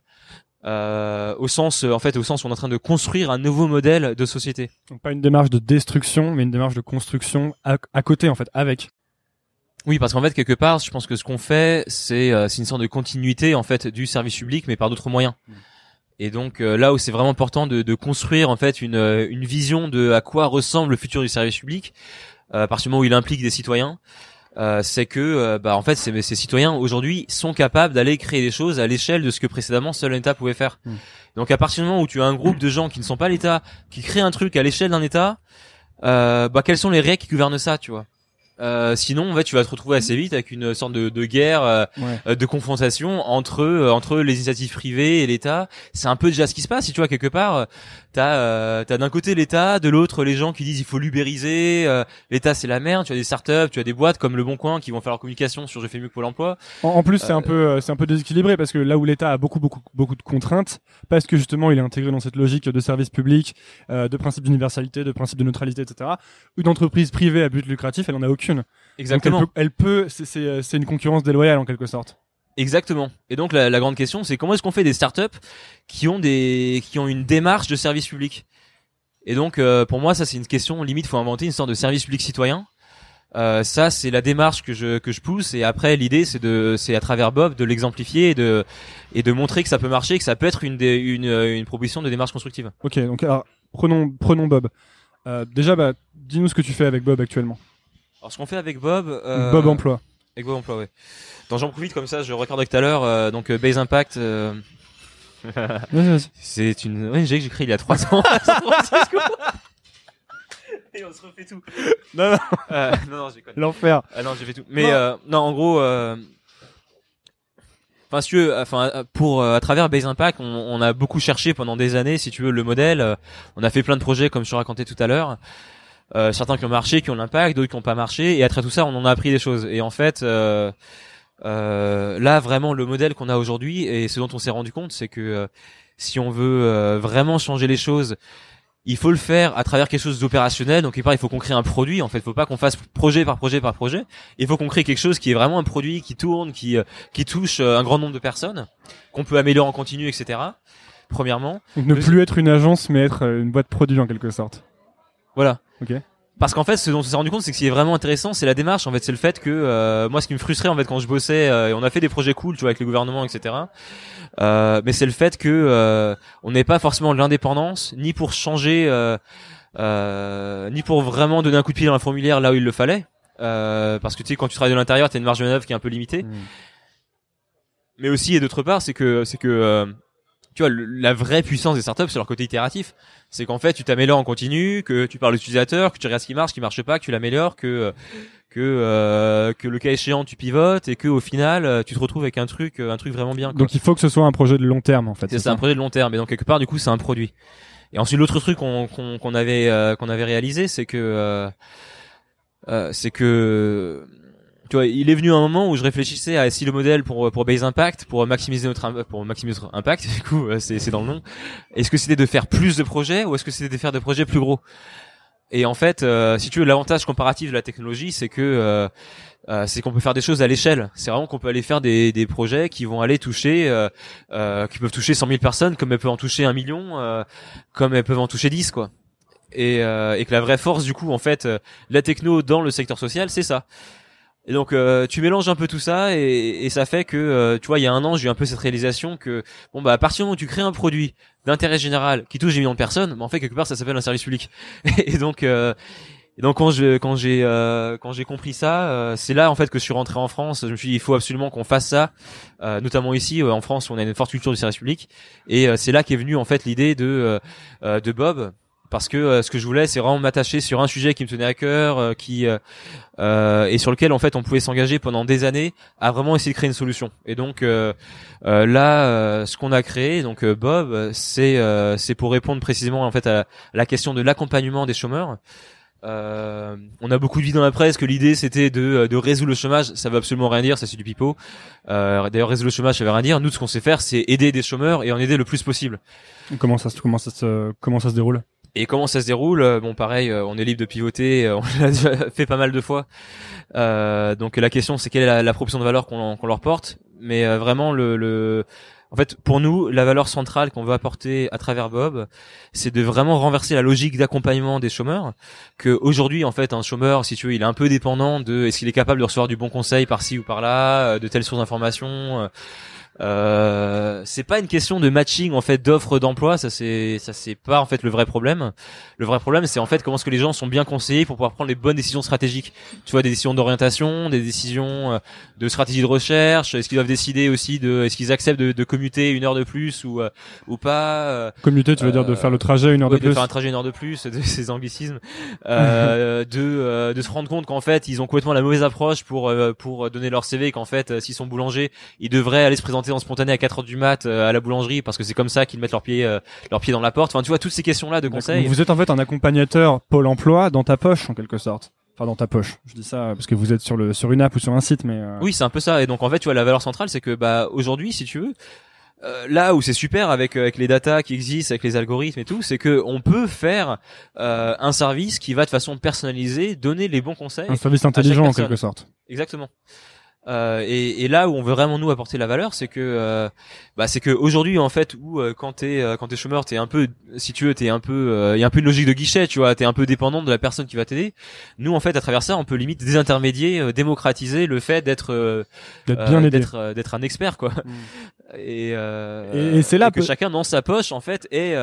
Au sens où on est en train de construire un nouveau modèle de société. Donc pas une démarche de destruction, mais une démarche de construction à côté en fait, avec. Oui, parce qu'en fait, quelque part, je pense que ce qu'on fait, c'est une sorte de continuité en fait du service public, mais par d'autres moyens. Et donc là où c'est vraiment important de construire en fait une vision de à quoi ressemble le futur du service public, à partir du moment où il implique des citoyens, c'est que en fait ces citoyens aujourd'hui sont capables d'aller créer des choses à l'échelle de ce que précédemment seul l'État pouvait faire. Donc à partir du moment où tu as un groupe de gens qui ne sont pas l'État, qui créent un truc à l'échelle d'un État, quelles sont les règles qui gouvernent ça, tu vois? Sinon en fait tu vas te retrouver assez vite avec une sorte de guerre de confrontation entre les initiatives privées et l'État. C'est un peu déjà ce qui se passe, si tu vois, quelque part t'as d'un côté l'État, de l'autre les gens qui disent il faut l'ubériser, l'État c'est la merde, tu as des startups, tu as des boîtes comme Le Bon Coin qui vont faire leur communication sur je fais mieux que Pôle emploi. En plus c'est un peu déséquilibré parce que là où l'État a beaucoup de contraintes, parce que justement il est intégré dans cette logique de service public, de principe d'universalité, de principe de neutralité, etc. Une entreprise privée à but lucratif, elle en a aucune. Exactement. Donc elle peut c'est une concurrence déloyale en quelque sorte. Exactement. Et donc la grande question, c'est comment est-ce qu'on fait des startups qui ont une démarche de service public. Et donc pour moi ça c'est une question limite, faut inventer une sorte de service public citoyen. Ça c'est la démarche que je pousse, et après l'idée c'est à travers Bob de l'exemplifier et de montrer que ça peut marcher, que ça peut être une proposition de démarche constructive. OK, donc alors prenons Bob. Déjà dis-nous ce que tu fais avec Bob actuellement. Alors ce qu'on fait avec Bob Bob Emploi. Avec Bob Emploi, ouais. Donc j'en profite comme ça, je recorde tout à l'heure donc Base Impact c'est une ONG que j'ai créée il y a 3 ans à San Francisco. Et on se refait tout. Non. Non, j'ai connu. L'enfer. Ah non, j'ai fait tout. Mais non, en gros, enfin, si tu veux, à travers Base Impact, on a beaucoup cherché pendant des années, si tu veux, le modèle. On a fait plein de projets, comme je racontais tout à l'heure. Certains qui ont marché, qui ont l'impact, d'autres qui n'ont pas marché. Et à travers tout ça, on en a appris des choses. Et en fait, là, vraiment, le modèle qu'on a aujourd'hui et ce dont on s'est rendu compte, c'est que si on veut vraiment changer les choses, il faut le faire à travers quelque chose d'opérationnel. Donc, il faut qu'on crée un produit. En fait, il faut pas qu'on fasse projet par projet par projet. Il faut qu'on crée quelque chose qui est vraiment un produit qui tourne, qui touche un grand nombre de personnes, qu'on peut améliorer en continu, etc. Premièrement. Donc, ne plus être une agence, mais être une boîte produit en quelque sorte. Voilà. Ok. Parce qu'en fait, ce dont on s'est rendu compte, c'est que ce qui est vraiment intéressant, c'est la démarche. En fait, c'est le fait que moi, ce qui me frustrait en fait quand je bossais, et on a fait des projets cool, tu vois, avec le gouvernement, etc. Mais c'est le fait que on n'ait pas forcément de l'indépendance, ni pour changer, ni pour vraiment donner un coup de pied dans un formulaire là où il le fallait. Parce que tu sais, quand tu travailles de l'intérieur, t'as une marge de manœuvre qui est un peu limitée. Mais aussi, et d'autre part, c'est que tu vois, la vraie puissance des startups, c'est leur côté itératif. C'est qu'en fait, tu t'améliores en continu, que tu parles à l'utilisateur, que tu regardes ce qui marche pas, que tu l'améliores, que le cas échéant, tu pivotes et que au final, tu te retrouves avec un truc vraiment bien, quoi. Donc il faut que ce soit un projet de long terme, en fait. C'est un projet de long terme. Et donc quelque part, du coup, c'est un produit. Et ensuite, l'autre truc qu'on avait réalisé, c'est que tu vois, il est venu un moment où je réfléchissais à si le modèle pour Base Impact, pour maximiser notre impact, du coup, c'est dans le nom. Est-ce que c'était de faire plus de projets ou est-ce que c'était de faire des projets plus gros? Et en fait, si tu veux, l'avantage comparatif de la technologie, c'est que c'est qu'on peut faire des choses à l'échelle. C'est vraiment qu'on peut aller faire des projets qui vont aller toucher, qui peuvent toucher 100 000 personnes, comme elles peuvent en toucher 1 million, comme elles peuvent en toucher 10, quoi. Et que la vraie force, du coup, en fait, la techno dans le secteur social, c'est ça. Et donc tu mélanges un peu tout ça et ça fait que tu vois, il y a un an, j'ai eu un peu cette réalisation que bon bah à partir du moment où tu crées un produit d'intérêt général qui touche des millions de personnes, bah, en fait quelque part ça s'appelle un service public. Et donc quand j'ai compris ça, c'est là en fait que je suis rentré en France. Je me suis dit il faut absolument qu'on fasse ça, notamment ici en France où on a une forte culture du service public. Et c'est là qu'est venue en fait l'idée de Bob. Parce que ce que je voulais, c'est vraiment m'attacher sur un sujet qui me tenait à cœur, et sur lequel en fait on pouvait s'engager pendant des années à vraiment essayer de créer une solution. Et donc là, ce qu'on a créé, donc Bob, c'est pour répondre précisément en fait à la question de l'accompagnement des chômeurs. On a beaucoup dit dans la presse que l'idée c'était de résoudre le chômage. Ça veut absolument rien dire, ça c'est du pipeau. D'ailleurs résoudre le chômage ça veut rien dire. Nous ce qu'on sait faire c'est aider des chômeurs et en aider le plus possible. Comment ça se déroule? Et comment ça se déroule? Bon, pareil, on est libre de pivoter. On l'a déjà fait pas mal de fois. Donc la question, c'est quelle est la proposition de valeur qu'on leur porte. Mais vraiment, en fait, pour nous, la valeur centrale qu'on veut apporter à travers Bob, c'est de vraiment renverser la logique d'accompagnement des chômeurs. Que aujourd'hui, en fait, un chômeur, si tu veux, il est un peu dépendant de est-ce qu'il est capable de recevoir du bon conseil par-ci ou par-là, de telles sources d'informations. C'est pas une question de matching en fait d'offres d'emploi, ça c'est pas en fait le vrai problème. Le vrai problème c'est en fait comment est-ce que les gens sont bien conseillés pour pouvoir prendre les bonnes décisions stratégiques. Tu vois, des décisions d'orientation, des décisions de stratégie de recherche, est-ce qu'ils doivent décider aussi est-ce qu'ils acceptent de commuter 1 heure de plus ou pas. Commuter, tu veux dire de faire le trajet 1 heure de plus. De faire un trajet 1 heure de plus, de ces anglicismes, de se rendre compte qu'en fait ils ont complètement la mauvaise approche pour donner leur CV, qu'en fait s'ils sont boulangers, ils devraient aller se présenter en spontané à 4 heures du mat à la boulangerie parce que c'est comme ça qu'ils mettent leurs pieds dans la porte. Enfin, tu vois, toutes ces questions-là de conseils. Donc vous êtes en fait un accompagnateur Pôle emploi dans ta poche en quelque sorte. Enfin, dans ta poche. Je dis ça parce que vous êtes sur une app ou sur un site, mais Oui, c'est un peu ça. Et donc en fait, tu vois, la valeur centrale, c'est que bah aujourd'hui, si tu veux, là où c'est super avec les datas qui existent, avec les algorithmes et tout, c'est que on peut faire un service qui va de façon personnalisée donner les bons conseils. Un service intelligent en quelque sorte. Exactement. Et là où on veut vraiment nous apporter la valeur, c'est que aujourd'hui en fait où quand t'es chômeur, t'es un peu, si tu veux, il y a un peu une logique de guichet, tu vois, t'es un peu dépendant de la personne qui va t'aider. Nous en fait à travers ça, on peut limite désintermédier, démocratiser le fait d'être un expert quoi. Et c'est là que chacun dans sa poche en fait ait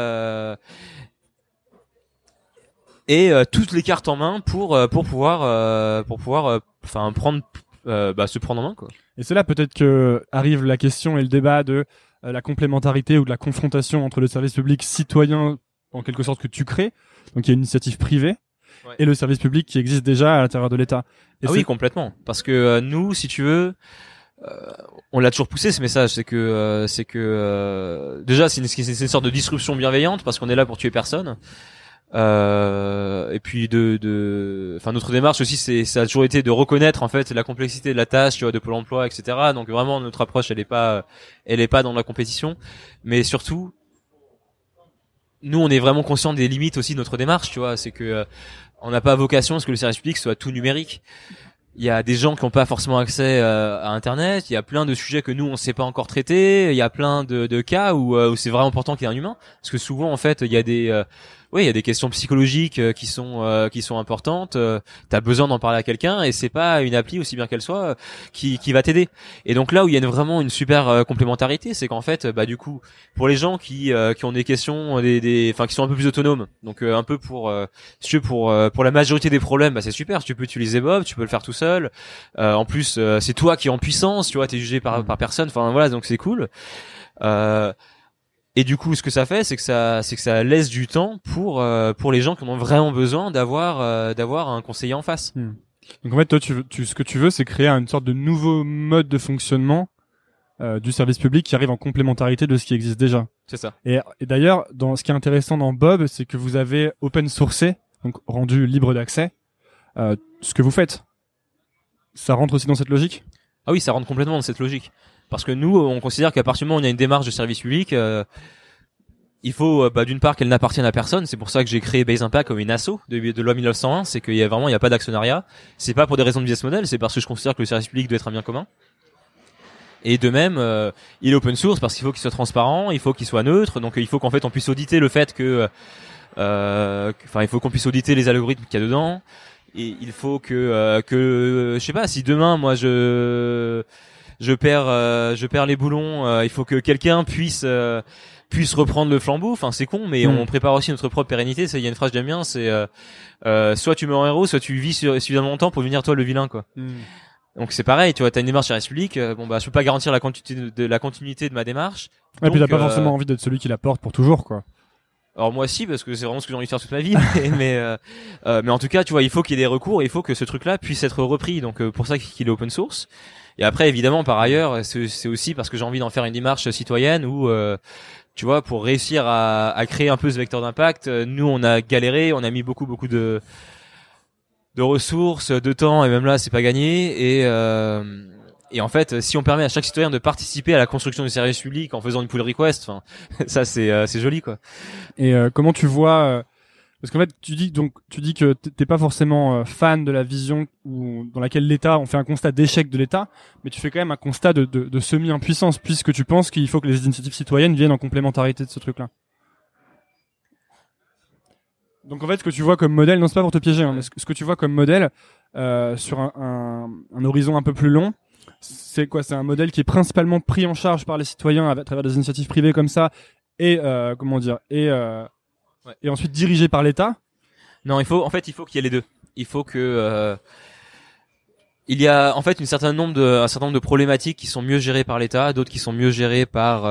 toutes les cartes en main pour pouvoir prendre se prendre en main quoi. Et c'est là peut-être que arrive la question et le débat de la complémentarité ou de la confrontation entre le service public citoyen en quelque sorte que tu crées, donc il y a une initiative privée, et le service public qui existe déjà à l'intérieur de l'État. Et oui, complètement. Parce que nous, si tu veux, on l'a toujours poussé ce message, c'est que déjà c'est une sorte de disruption bienveillante parce qu'on est là pour tuer personne. Et puis notre démarche aussi, ça a toujours été de reconnaître en fait la complexité de la tâche, tu vois, de Pôle Emploi, etc. Donc vraiment notre approche, elle est pas dans la compétition, mais surtout nous on est vraiment conscient des limites aussi de notre démarche, tu vois. C'est que on n'a pas vocation à ce que le service public soit tout numérique. Il y a des gens qui n'ont pas forcément accès à Internet. Il y a plein de sujets que nous on ne sait pas encore traiter. Il y a plein de cas où c'est vraiment important qu'il y ait un humain, parce que souvent en fait il y a des questions psychologiques qui sont importantes. T'as besoin d'en parler à quelqu'un et c'est pas une appli aussi bien qu'elle soit qui va t'aider. Et donc là où il y a vraiment une super complémentarité, c'est qu'en fait du coup pour les gens qui ont des questions qui sont un peu plus autonomes, donc un peu pour la majorité des problèmes, c'est super, tu peux utiliser Bob, tu peux le faire tout seul. En plus c'est toi qui es en puissance, tu vois, t'es jugé par personne, enfin voilà, donc c'est cool. Et du coup, ce que ça fait, c'est que ça laisse du temps pour les gens qui en ont vraiment besoin d'avoir un conseiller en face. Donc en fait, toi, ce que tu veux, c'est créer une sorte de nouveau mode de fonctionnement du service public qui arrive en complémentarité de ce qui existe déjà. C'est ça. Et d'ailleurs, ce qui est intéressant dans Bob, c'est que vous avez open sourcé, donc rendu libre d'accès, ce que vous faites. Ça rentre aussi dans cette logique ? Ah oui, ça rentre complètement dans cette logique. Parce que nous, on considère qu'à partir du moment où on a une démarche de service public, il faut d'une part qu'elle n'appartienne à personne. C'est pour ça que j'ai créé Base Impact comme une asso de loi 1901. C'est qu'il y a pas d'actionnariat. C'est pas pour des raisons de business model, c'est parce que je considère que le service public doit être un bien commun. Et de même, il est open source parce qu'il faut qu'il soit transparent, il faut qu'il soit neutre. Donc il faut qu'en fait on puisse auditer le fait que, il faut qu'on puisse auditer les algorithmes qu'il y a dedans. Et il faut que je sais pas, si demain moi je perds les boulons, il faut que quelqu'un puisse reprendre le flambeau. Enfin, c'est con, mais on prépare aussi notre propre pérennité. Ça, il y a une phrase que j'aime bien, c'est soit tu meurs en héros, soit tu vis suffisamment longtemps pour devenir toi le vilain, quoi. Donc c'est pareil, tu vois, t'as une démarche service public, je peux pas garantir la continuité de ma démarche. Et puis t'as pas forcément envie d'être celui qui la porte pour toujours, quoi. Alors moi si, parce que c'est vraiment ce que j'ai envie de faire toute ma vie, mais en tout cas, tu vois, il faut qu'il y ait des recours, il faut que ce truc-là puisse être repris. Donc pour ça qu'il est open source. Et après, évidemment, par ailleurs, c'est aussi parce que j'ai envie d'en faire une démarche citoyenne où, tu vois, pour réussir à créer un peu ce vecteur d'impact, nous, on a galéré, on a mis beaucoup de ressources, de temps, et même là, c'est pas gagné. Et en fait, si on permet à chaque citoyen de participer à la construction du service public en faisant une pull request, enfin, ça, c'est joli, quoi. Et comment tu vois parce qu'en fait, tu dis que t'es pas forcément fan de la vision dans laquelle l'État, on fait un constat d'échec de l'État, mais tu fais quand même un constat de semi-impuissance, puisque tu penses qu'il faut que les initiatives citoyennes viennent en complémentarité de ce truc-là. Donc en fait, ce que tu vois comme modèle, non, c'est pas pour te piéger, mais ce que tu vois comme modèle sur un horizon un peu plus long, c'est quoi ? C'est un modèle qui est principalement pris en charge par les citoyens à travers des initiatives privées comme ça, et et ensuite dirigé par l'État. Non, il faut qu'il y ait les deux. Il faut que il y a en fait un certain nombre de problématiques qui sont mieux gérées par l'État, d'autres qui sont mieux gérées par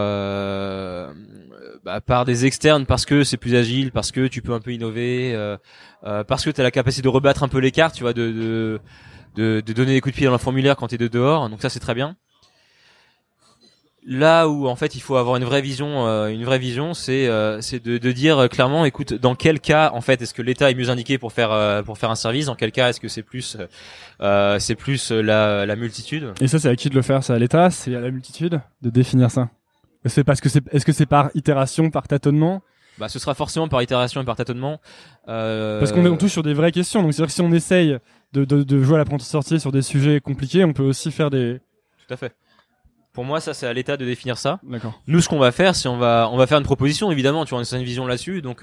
des externes parce que c'est plus agile, parce que tu peux un peu innover, parce que tu as la capacité de rebattre un peu les cartes, tu vois, de donner des coups de pied dans le formulaire quand tu es de dehors. Donc ça c'est très bien. Là où en fait il faut avoir une vraie vision, c'est de dire clairement, écoute, dans quel cas en fait est-ce que l'État est mieux indiqué pour faire un service, dans quel cas est-ce que c'est plus la multitude. Et ça, c'est à qui de le faire ? C'est à l'État, c'est à la multitude de définir ça. Est-ce que c'est par itération, par tâtonnement ? Ce sera forcément par itération et par tâtonnement. Parce qu'on touche sur des vraies questions. Donc c'est-à-dire que si on essaye de jouer à l'apprenti-sorcier sur des sujets compliqués, on peut aussi faire des. Tout à fait. Pour moi, ça, c'est à l'État de définir ça. D'accord. Nous, ce qu'on va faire, c'est on va faire une proposition, évidemment, tu vois, une vision là-dessus. Donc,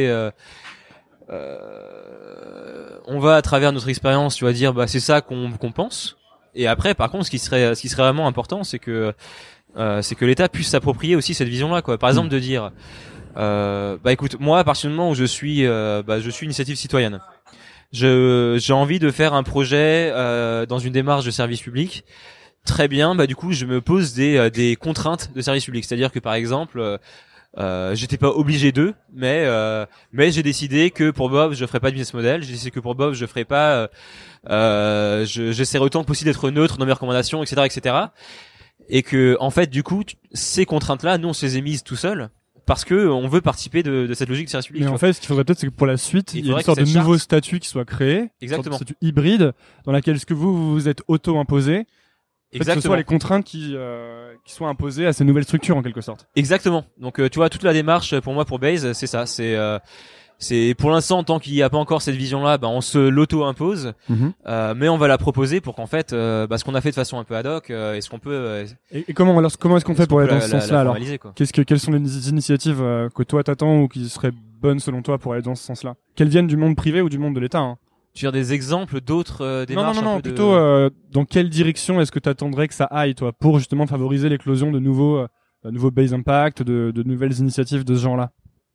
on va, à travers notre expérience, tu vas dire, c'est ça qu'on pense. Et après, par contre, ce qui serait vraiment important, c'est que l'État puisse s'approprier aussi cette vision-là, quoi. Par exemple, de dire, écoute, moi, à partir du moment où je suis initiative citoyenne, j'ai envie de faire un projet dans une démarche de service public. Très bien, du coup, je me pose des contraintes de service public. C'est-à-dire que, par exemple, J'étais pas obligé d'eux, mais j'ai décidé que pour Bob je ferais pas de business model. J'ai décidé que pour Bob je ferais pas. J'essaierai autant que possible d'être neutre dans mes recommandations, etc., etc. Et que en fait du coup ces contraintes-là, nous on se les a mises tout seuls parce que on veut participer de cette logique de service public. Mais en fait, ce qu'il faudrait peut-être, c'est que pour la suite, il y ait une sorte de nouveau statut qui soit créé, exactement, une sorte de statut hybride dans laquelle est-ce que vous êtes auto-imposé. En fait, ce soit les contraintes qui soient imposées à ces nouvelles structures en quelque sorte. Exactement. Donc tu vois toute la démarche pour moi pour Base, c'est ça, c'est pour l'instant tant qu'il n'y a pas encore cette vision-là, on se l'auto-impose, mais on va la proposer pour qu'en fait ce qu'on a fait de façon un peu ad hoc, est-ce qu'on peut et comment est-ce qu'on fait pour aller dans ce sens-là alors quelles sont les initiatives que toi t'attends ou qui seraient bonnes selon toi pour aller dans ce sens-là, qu'elles viennent du monde privé ou du monde de l'État, hein? Tu veux dire des exemples d'autres démarches? Non, plutôt dans quelle direction est-ce que tu attendrais que ça aille, toi, pour justement favoriser l'éclosion de nouveaux Base Impact, de nouvelles initiatives de ce genre-là?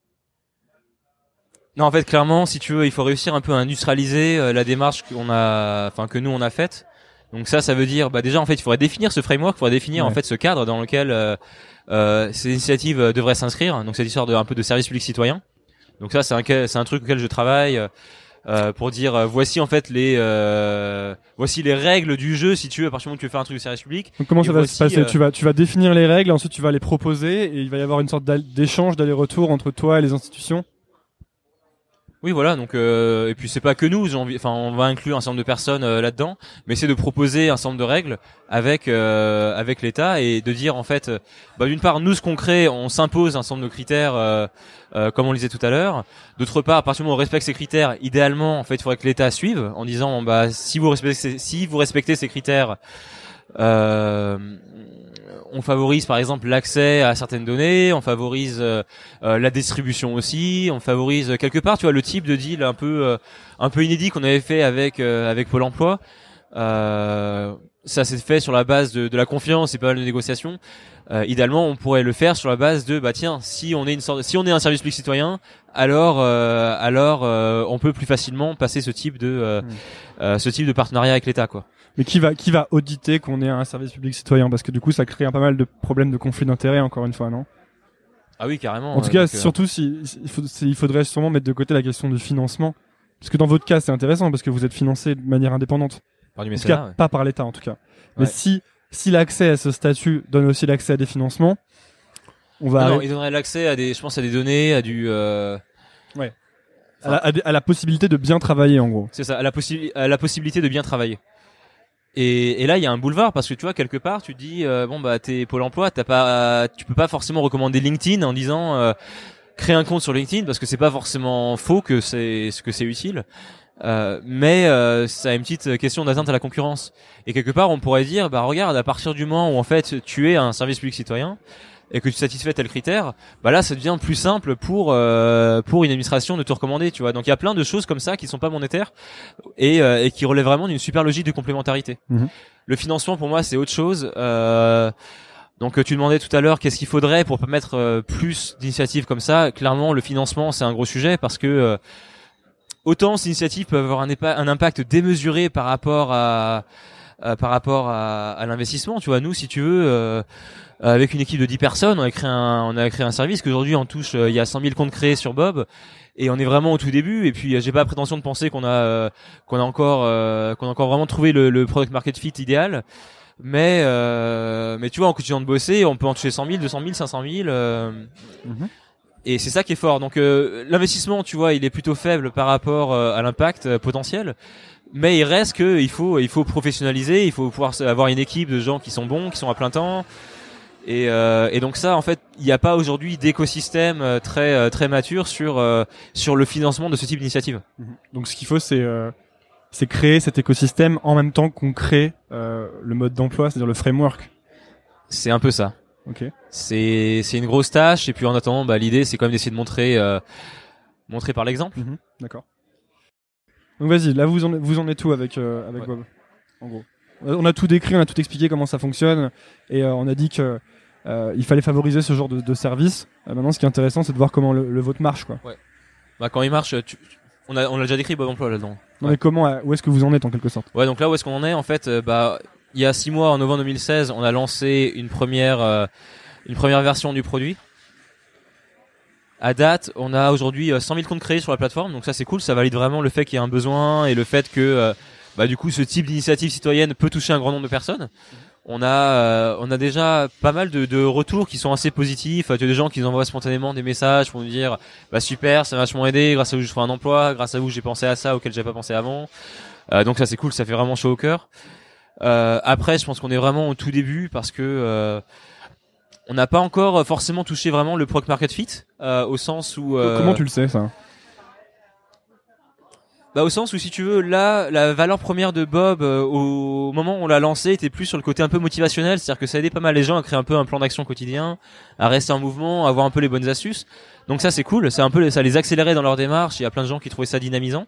Non, en fait, clairement, si tu veux, il faut réussir un peu à industrialiser la démarche que nous on a faite. Donc ça veut dire, déjà en fait, il faudrait définir ce framework, il faudrait définir en fait ce cadre dans lequel ces initiatives devraient s'inscrire. Donc cette histoire de un peu de service public citoyen. Donc ça, c'est un truc auquel je travaille. Pour dire voici en fait voici les règles du jeu si tu veux à partir du moment où tu veux faire un truc de service public. Donc comment ça va se passer? Tu vas définir les règles, ensuite tu vas les proposer et il va y avoir une sorte d'échange, d'aller-retour entre toi et les institutions. Oui, voilà. Donc et puis c'est pas que nous. On va inclure un certain nombre de personnes là-dedans, mais c'est de proposer un certain nombre de règles avec l'État et de dire en fait, d'une part, nous ce qu'on crée, on s'impose un certain nombre de critères, comme on le disait tout à l'heure. D'autre part, à partir du moment où on respecte ces critères, idéalement, en fait, il faudrait que l'État suive en disant, si vous respectez ces critères. On favorise par exemple l'accès à certaines données, on favorise la distribution aussi, on favorise quelque part, tu vois, le type de deal un peu inédit qu'on avait fait avec Pôle Emploi. Ça s'est fait sur la base de la confiance et pas mal de négociations. Idéalement, on pourrait le faire sur la base de tiens, si on est un service public citoyen, alors on peut plus facilement passer ce type de partenariat avec l'État, quoi. Mais qui va auditer qu'on est un service public citoyen, parce que du coup ça crée pas mal de problèmes de conflit d'intérêts encore une fois, non? Ah oui, carrément. En tout cas, surtout il faudrait sûrement mettre de côté la question du financement, parce que dans votre cas c'est intéressant parce que vous êtes financé de manière indépendante. Par du mécénat, en tout cas, pas par l'État en tout cas. Mais si l'accès à ce statut donne aussi l'accès à des financements, on va. Non, il donnerait l'accès à des données, à du. Ouais. À la possibilité de bien travailler en gros. C'est ça, à la possibilité de bien travailler. Et là il y a un boulevard parce que tu vois quelque part tu te dis t'es Pôle Emploi, tu peux pas forcément recommander LinkedIn en disant crée un compte sur LinkedIn parce que c'est pas forcément faux que c'est utile. Mais ça a une petite question d'atteinte à la concurrence. Et quelque part on pourrait dire regarde, à partir du moment où en fait tu es un service public citoyen et que tu satisfais tel critère, là ça devient plus simple pour une administration de te recommander, tu vois. Donc il y a plein de choses comme ça qui sont pas monétaires et qui relèvent vraiment d'une super logique de complémentarité. Le financement pour moi c'est autre chose. Donc tu demandais tout à l'heure qu'est-ce qu'il faudrait pour permettre plus d'initiatives comme ça. Clairement le financement c'est un gros sujet parce que autant ces initiatives peuvent avoir un impact démesuré par rapport à l'investissement, tu vois. Nous si tu veux avec une équipe de 10 personnes, on a créé un service qu'aujourd'hui on touche, il y a 100 000 comptes créés sur Bob et on est vraiment au tout début. Et puis j'ai pas la prétention de penser qu'on a encore vraiment trouvé le product market fit idéal. Mais tu vois, en continuant de bosser, on peut en toucher 100 000, 200 000, 500 000. Et c'est ça qui est fort. Donc l'investissement, tu vois, il est plutôt faible par rapport à l'impact potentiel. Mais il reste que il faut professionnaliser, il faut pouvoir avoir une équipe de gens qui sont bons, qui sont à plein temps. Et donc ça, en fait, il n'y a pas aujourd'hui d'écosystème très mature sur le financement de ce type d'initiative. Donc ce qu'il faut, c'est créer cet écosystème en même temps qu'on crée le mode d'emploi, c'est-à-dire le framework. C'est un peu ça. Ok. C'est une grosse tâche et puis en attendant, l'idée c'est quand même d'essayer de montrer par l'exemple. D'accord. Donc vas-y, là vous en êtes où avec Bob, en gros. On a tout décrit, on a tout expliqué comment ça fonctionne et on a dit que il fallait favoriser ce genre de service. Maintenant, ce qui est intéressant, c'est de voir comment le vôtre marche, quoi. Ouais. Quand il marche, on l'a déjà décrit Bob Emploi là-dedans. Non, mais où est-ce que vous en êtes en quelque sorte? Ouais, donc là où est-ce qu'on en est en fait, il y a 6 mois, en novembre 2016, on a lancé une première version du produit. À date, on a aujourd'hui 100 000 comptes créés sur la plateforme, donc ça c'est cool, ça valide vraiment le fait qu'il y a un besoin et le fait que du coup ce type d'initiative citoyenne peut toucher un grand nombre de personnes. On a déjà pas mal de retours qui sont assez positifs. Tu as des gens qui nous envoient spontanément des messages pour nous dire super, ça m'a vachement aidé, grâce à vous je trouve un emploi, grâce à vous j'ai pensé à ça auquel j'avais pas pensé avant. Donc ça c'est cool, ça fait vraiment chaud au cœur. Après je pense qu'on est vraiment au tout début parce que on n'a pas encore forcément touché vraiment le product market fit au sens où Comment tu le sais ça? Au sens où si tu veux là la valeur première de Bob au moment où on l'a lancé était plus sur le côté un peu motivationnel, c'est-à-dire que ça aidait pas mal les gens à créer un peu un plan d'action quotidien, à rester en mouvement, à avoir un peu les bonnes astuces. Donc ça c'est cool, c'est un peu ça les accélérait dans leur démarche, il y a plein de gens qui trouvaient ça dynamisant.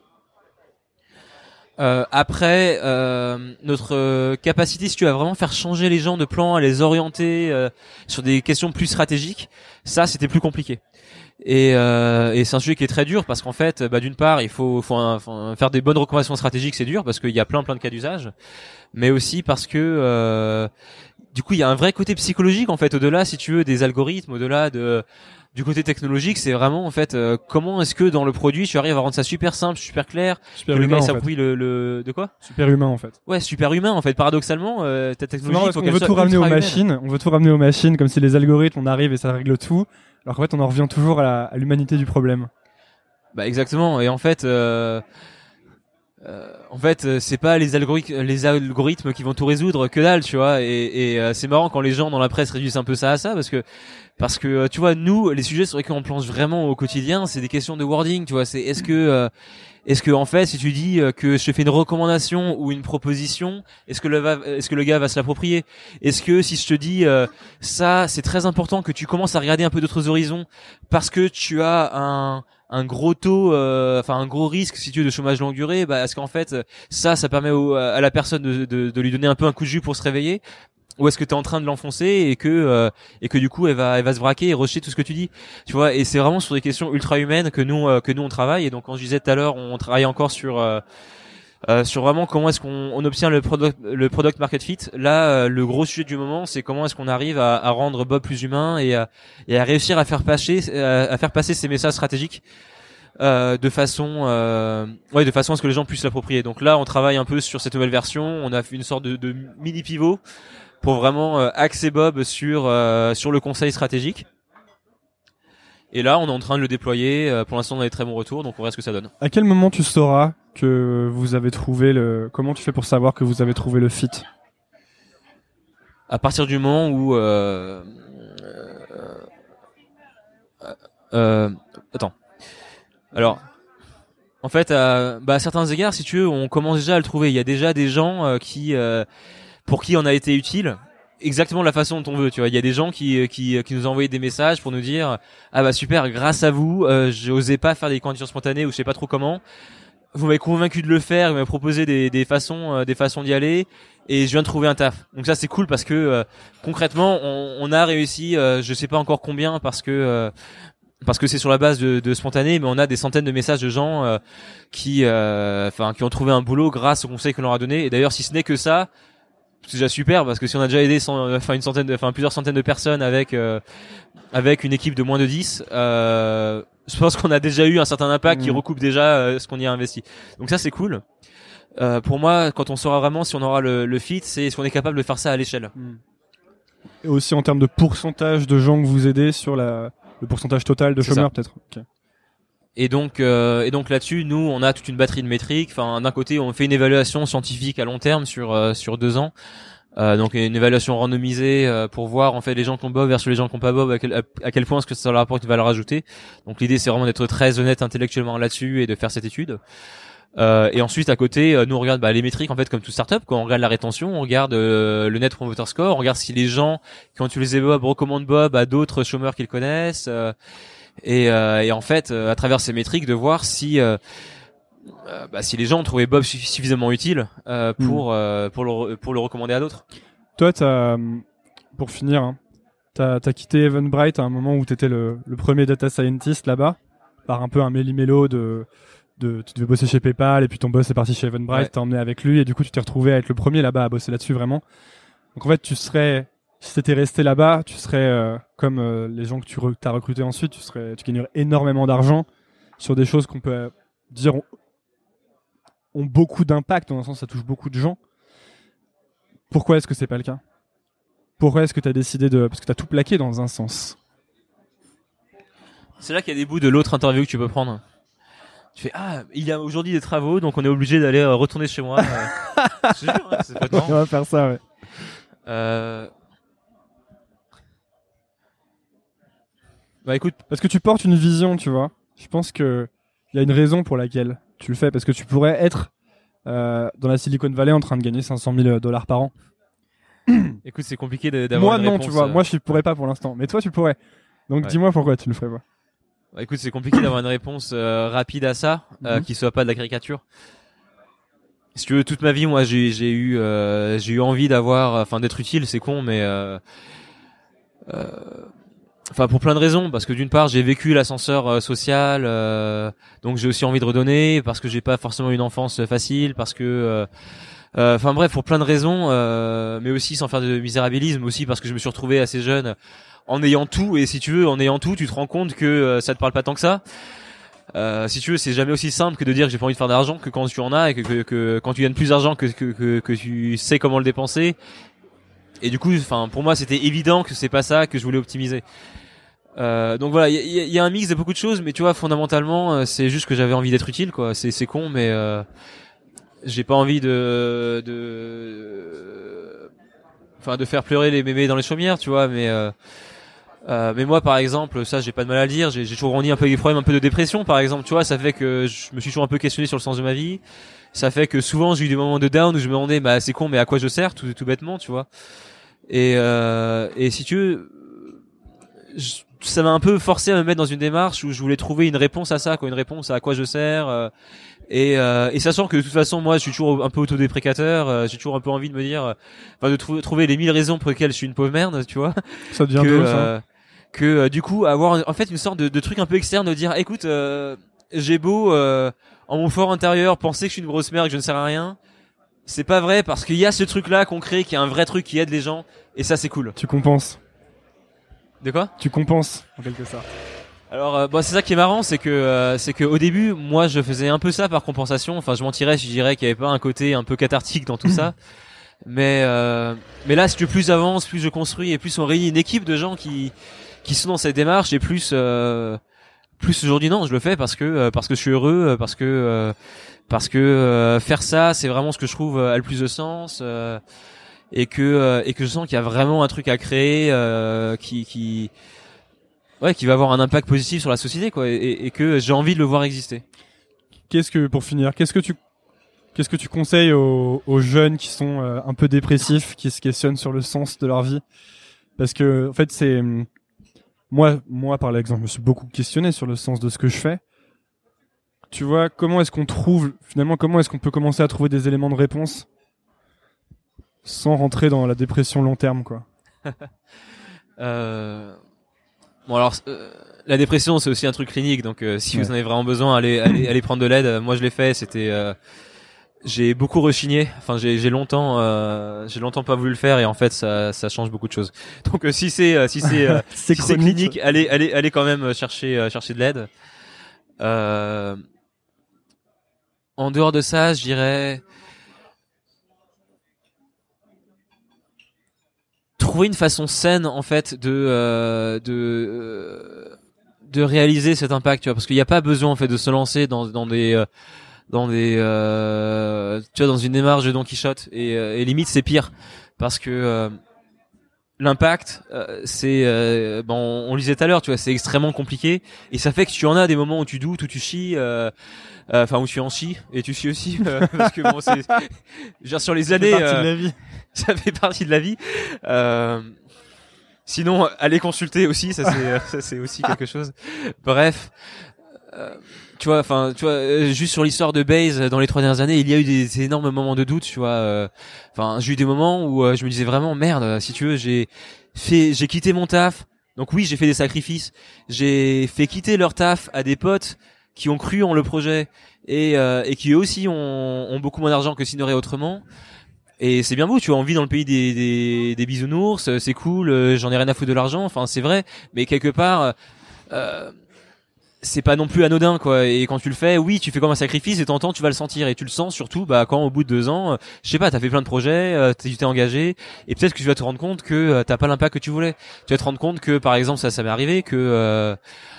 Après notre capacité si tu veux à vraiment faire changer les gens de plan, à les orienter sur des questions plus stratégiques, ça c'était plus compliqué. Et c'est un sujet qui est très dur parce qu'en fait d'une part il faut faire des bonnes recommandations stratégiques, c'est dur parce qu'il y a plein de cas d'usage, mais aussi parce que du coup il y a un vrai côté psychologique en fait au-delà si tu veux des algorithmes, au-delà du côté technologique, c'est vraiment en fait comment est-ce que dans le produit tu arrives à rendre ça super simple, super clair, super que le humain, gars s'approprie le de quoi super humain en fait. Ouais, super humain en fait. Paradoxalement, ta technologie, on veut tout ramener aux machines. On veut tout ramener aux machines, comme si les algorithmes on arrive et ça règle tout. Alors qu'en fait on en revient toujours à l'humanité du problème. Exactement. Et en fait, c'est pas les algorithmes qui vont tout résoudre, que dalle, tu vois. Et c'est marrant quand les gens dans la presse réduisent un peu ça à ça, parce que tu vois, nous, les sujets sur lesquels on planche vraiment au quotidien, c'est des questions de wording, tu vois. C'est est-ce que en fait, si tu dis que je te fais une recommandation ou une proposition, est-ce que le gars va se l'approprier? Est-ce que si je te dis ça, c'est très important que tu commences à regarder un peu d'autres horizons parce que tu as un gros taux, un gros risque si tu veux de chômage longue durée, est-ce qu'en fait ça permet à la personne de lui donner un peu un coup de jus pour se réveiller? Ou est-ce que t'es en train de l'enfoncer et que du coup elle va se braquer et rejeter tout ce que tu dis, tu vois? Et c'est vraiment sur des questions ultra humaines que nous on travaille. Et donc quand je disais tout à l'heure, on travaille encore sur vraiment comment est-ce qu'on obtient le product market fit. Là le gros sujet du moment, c'est comment est-ce qu'on arrive à rendre Bob plus humain et à réussir à faire passer ces messages stratégiques de façon à ce que les gens puissent l'approprier. Donc là on travaille un peu sur cette nouvelle version. On a fait une sorte de mini pivot pour vraiment axer Bob sur le conseil stratégique. Et là, on est en train de le déployer. Pour l'instant, on a des très bons retours, donc on verra ce que ça donne. À quel moment tu sauras que vous avez trouvé comment tu fais pour savoir que vous avez trouvé le fit? À partir du moment où attends. Alors, en fait, à certains égards, si tu veux, on commence déjà à le trouver. Il y a déjà des gens pour qui on a été utile exactement de la façon dont on veut, tu vois. Il y a des gens qui nous ont envoyé des messages pour nous dire super, grâce à vous, j'osais pas faire des candidatures spontanées ou je sais pas trop comment. Vous m'avez convaincu de le faire, vous m'avez proposé des façons d'y aller et je viens de trouver un taf. Donc ça c'est cool parce que concrètement on a réussi, je sais pas encore combien parce que c'est sur la base de spontané, mais on a des centaines de messages de gens qui ont trouvé un boulot grâce au conseil qu'on leur a donné. Et d'ailleurs si ce n'est que ça, c'est déjà super parce que si on a déjà aidé plusieurs centaines de personnes avec une équipe de moins de 10, je pense qu'on a déjà eu un certain impact qui recoupe déjà ce qu'on y a investi. Donc ça c'est cool. Pour moi, quand on saura vraiment si on aura le fit, c'est si on est capable de faire ça à l'échelle. Et aussi en termes de pourcentage de gens que vous aidez sur le pourcentage total de chômeurs peut-être. Okay. Et donc là-dessus, nous, on a toute une batterie de métriques. D'un côté, on fait une évaluation scientifique à long terme sur 2 ans. Donc une évaluation randomisée pour voir en fait les gens qui ont Bob versus les gens qui ont pas Bob, à quel point est-ce que ça leur apporte une valeur ajoutée. Donc l'idée, c'est vraiment d'être très honnête intellectuellement là-dessus et de faire cette étude. Et ensuite à côté, nous on regarde les métriques en fait comme toute startup. Quand on regarde la rétention, on regarde le net promoter score, on regarde si les gens qui ont utilisé Bob recommandent Bob à d'autres chômeurs qu'ils connaissent. Et en fait, à travers ces métriques, de voir si si les gens ont trouvé Bob suffisamment utile pour le recommander à d'autres. Toi, pour finir, t'as quitté Eventbrite à un moment où t'étais le premier data scientist là-bas, par un peu un méli-mélo tu devais bosser chez PayPal et puis ton boss est parti chez Eventbrite, t'as emmené avec lui et du coup tu t'es retrouvé à être le premier là-bas à bosser là-dessus vraiment. Donc en fait, tu serais si t'étais resté là-bas, tu serais comme les gens que t'as recrutés ensuite, tu gagnerais énormément d'argent sur des choses qu'on peut dire ont beaucoup d'impact, dans le sens ça touche beaucoup de gens. Pourquoi est-ce que c'est pas le cas? Pourquoi est-ce que t'as décidé parce que t'as tout plaqué dans un sens? C'est là qu'il y a des bouts de l'autre interview que tu peux prendre. Tu fais il y a aujourd'hui des travaux, donc on est obligé d'aller retourner chez moi. Je te jure, c'est pas On va faire ça, ouais. Bah écoute, parce que tu portes une vision, tu vois. Je pense que il y a une raison pour laquelle tu le fais, parce que tu pourrais être dans la Silicon Valley en train de gagner $500,000 par an. Écoute, c'est compliqué d'avoir une réponse. Moi non, tu vois. Moi je pourrais pas pour l'instant, mais toi tu pourrais. Donc dis-moi pourquoi tu le ferais pas. Bah, écoute, c'est compliqué d'avoir une réponse rapide à ça, qui soit pas de la caricature. Si tu veux, toute ma vie, moi, j'ai eu envie d'être utile. C'est con, mais pour plein de raisons, parce que d'une part, j'ai vécu l'ascenseur social, donc j'ai aussi envie de redonner, parce que j'ai pas forcément une enfance facile, parce que bref, pour plein de raisons, mais aussi sans faire de misérabilisme, aussi parce que je me suis retrouvé assez jeune en ayant tout, et si tu veux, en ayant tout, tu te rends compte que ça te parle pas tant que ça. Si tu veux, c'est jamais aussi simple que de dire que j'ai pas envie de faire d'argent que quand tu en as, et que quand tu gagnes plus d'argent que tu sais comment le dépenser. Et du coup, pour moi, c'était évident que c'est pas ça que je voulais optimiser. Donc voilà, il y a un mix de beaucoup de choses, mais tu vois, fondamentalement, c'est juste que j'avais envie d'être utile, quoi. C'est con, mais j'ai pas envie de faire pleurer les mémés dans les chaumières, tu vois, mais moi, par exemple, ça, j'ai pas de mal à le dire, j'ai toujours grandi un peu avec des problèmes un peu de dépression, par exemple, tu vois, ça fait que je me suis toujours un peu questionné sur le sens de ma vie. Ça fait que souvent, j'ai eu des moments de down où je me demandais, bah, c'est con, mais à quoi je sers, tout bêtement, tu vois. Et si tu veux, ça m'a un peu forcé à me mettre dans une démarche où je voulais trouver une réponse à ça, quoi, une réponse à quoi je sers, et sachant que de toute façon, moi, je suis toujours un peu autodéprécateur, j'ai toujours un peu envie de me dire, de trouver les 1000 raisons pour lesquelles je suis une pauvre merde, tu vois. Ça devient drôle, ça. Du coup, avoir en fait une sorte de truc un peu externe, de dire, écoute, j'ai beau en mon fort intérieur penser que je suis une grosse merde, que je ne sers à rien, c'est pas vrai, parce qu'il y a ce truc là concret qui est un vrai truc qui aide les gens, et ça c'est cool. Tu compenses. De quoi? Tu compenses en quelque sorte. Alors c'est ça qui est marrant, c'est que au début, moi je faisais un peu ça par compensation, je mentirais si je dirais qu'il y avait pas un côté un peu cathartique dans tout ça. Mais là, si plus j'avance, plus je construis, et plus on réunit une équipe de gens qui sont dans cette démarche, et plus aujourd'hui, non, je le fais parce que je suis heureux, parce que faire ça, c'est vraiment ce que je trouve a le plus de sens, et que je sens qu'il y a vraiment un truc à créer qui va avoir un impact positif sur la société, quoi, et que j'ai envie de le voir exister. Pour finir, qu'est-ce que tu conseilles aux jeunes qui sont un peu dépressifs, qui se questionnent sur le sens de leur vie? Parce que en fait, c'est moi par exemple, je me suis beaucoup questionné sur le sens de ce que je fais. Tu vois, comment est-ce qu'on peut commencer à trouver des éléments de réponse sans rentrer dans la dépression long terme, quoi? Bon alors, la dépression c'est aussi un truc clinique, donc si vous en avez vraiment besoin, allez prendre de l'aide. Moi je l'ai fait, j'ai beaucoup rechigné. J'ai longtemps pas voulu le faire, et en fait ça change beaucoup de choses. Donc si c'est clinique, allez quand même chercher de l'aide. En dehors de ça, je dirais trouver une façon saine en fait de réaliser cet impact, tu vois, parce qu'il n'y a pas besoin en fait de se lancer dans des tu vois, dans une démarche de Don Quichotte, et limite c'est pire, parce que l'impact on le disait tout à l'heure, tu vois, c'est extrêmement compliqué, et ça fait que tu en as des moments où tu doutes, où tu chies, où tu en chies, et tu chies aussi, parce que bon, c'est genre sur les années, ça fait partie de la vie. Ça fait partie de la vie. Sinon, allez consulter aussi, ça c'est aussi quelque chose. Bref, tu vois, juste sur l'histoire de Base, dans les 3 dernières années, il y a eu des énormes moments de doute, tu vois. J'ai eu des moments où je me disais vraiment, merde, si tu veux, j'ai quitté mon taf. Donc oui, j'ai fait des sacrifices. J'ai fait quitter leur taf à des potes qui ont cru en le projet, et qui eux aussi ont beaucoup moins d'argent que s'ils n'auraient autrement. Et c'est bien beau, tu vois, on vit dans le pays des bisounours, c'est cool, j'en ai rien à foutre de l'argent, enfin c'est vrai, mais quelque part c'est pas non plus anodin, quoi. Et quand tu le fais, oui, tu fais comme un sacrifice et t'entends, tu vas le sentir et tu le sens surtout quand au bout de 2 ans, je sais pas, t'as fait plein de projets, tu t'es engagé et peut-être que tu vas te rendre compte que t'as pas l'impact que tu voulais. Tu vas te rendre compte que par exemple ça m'est arrivé que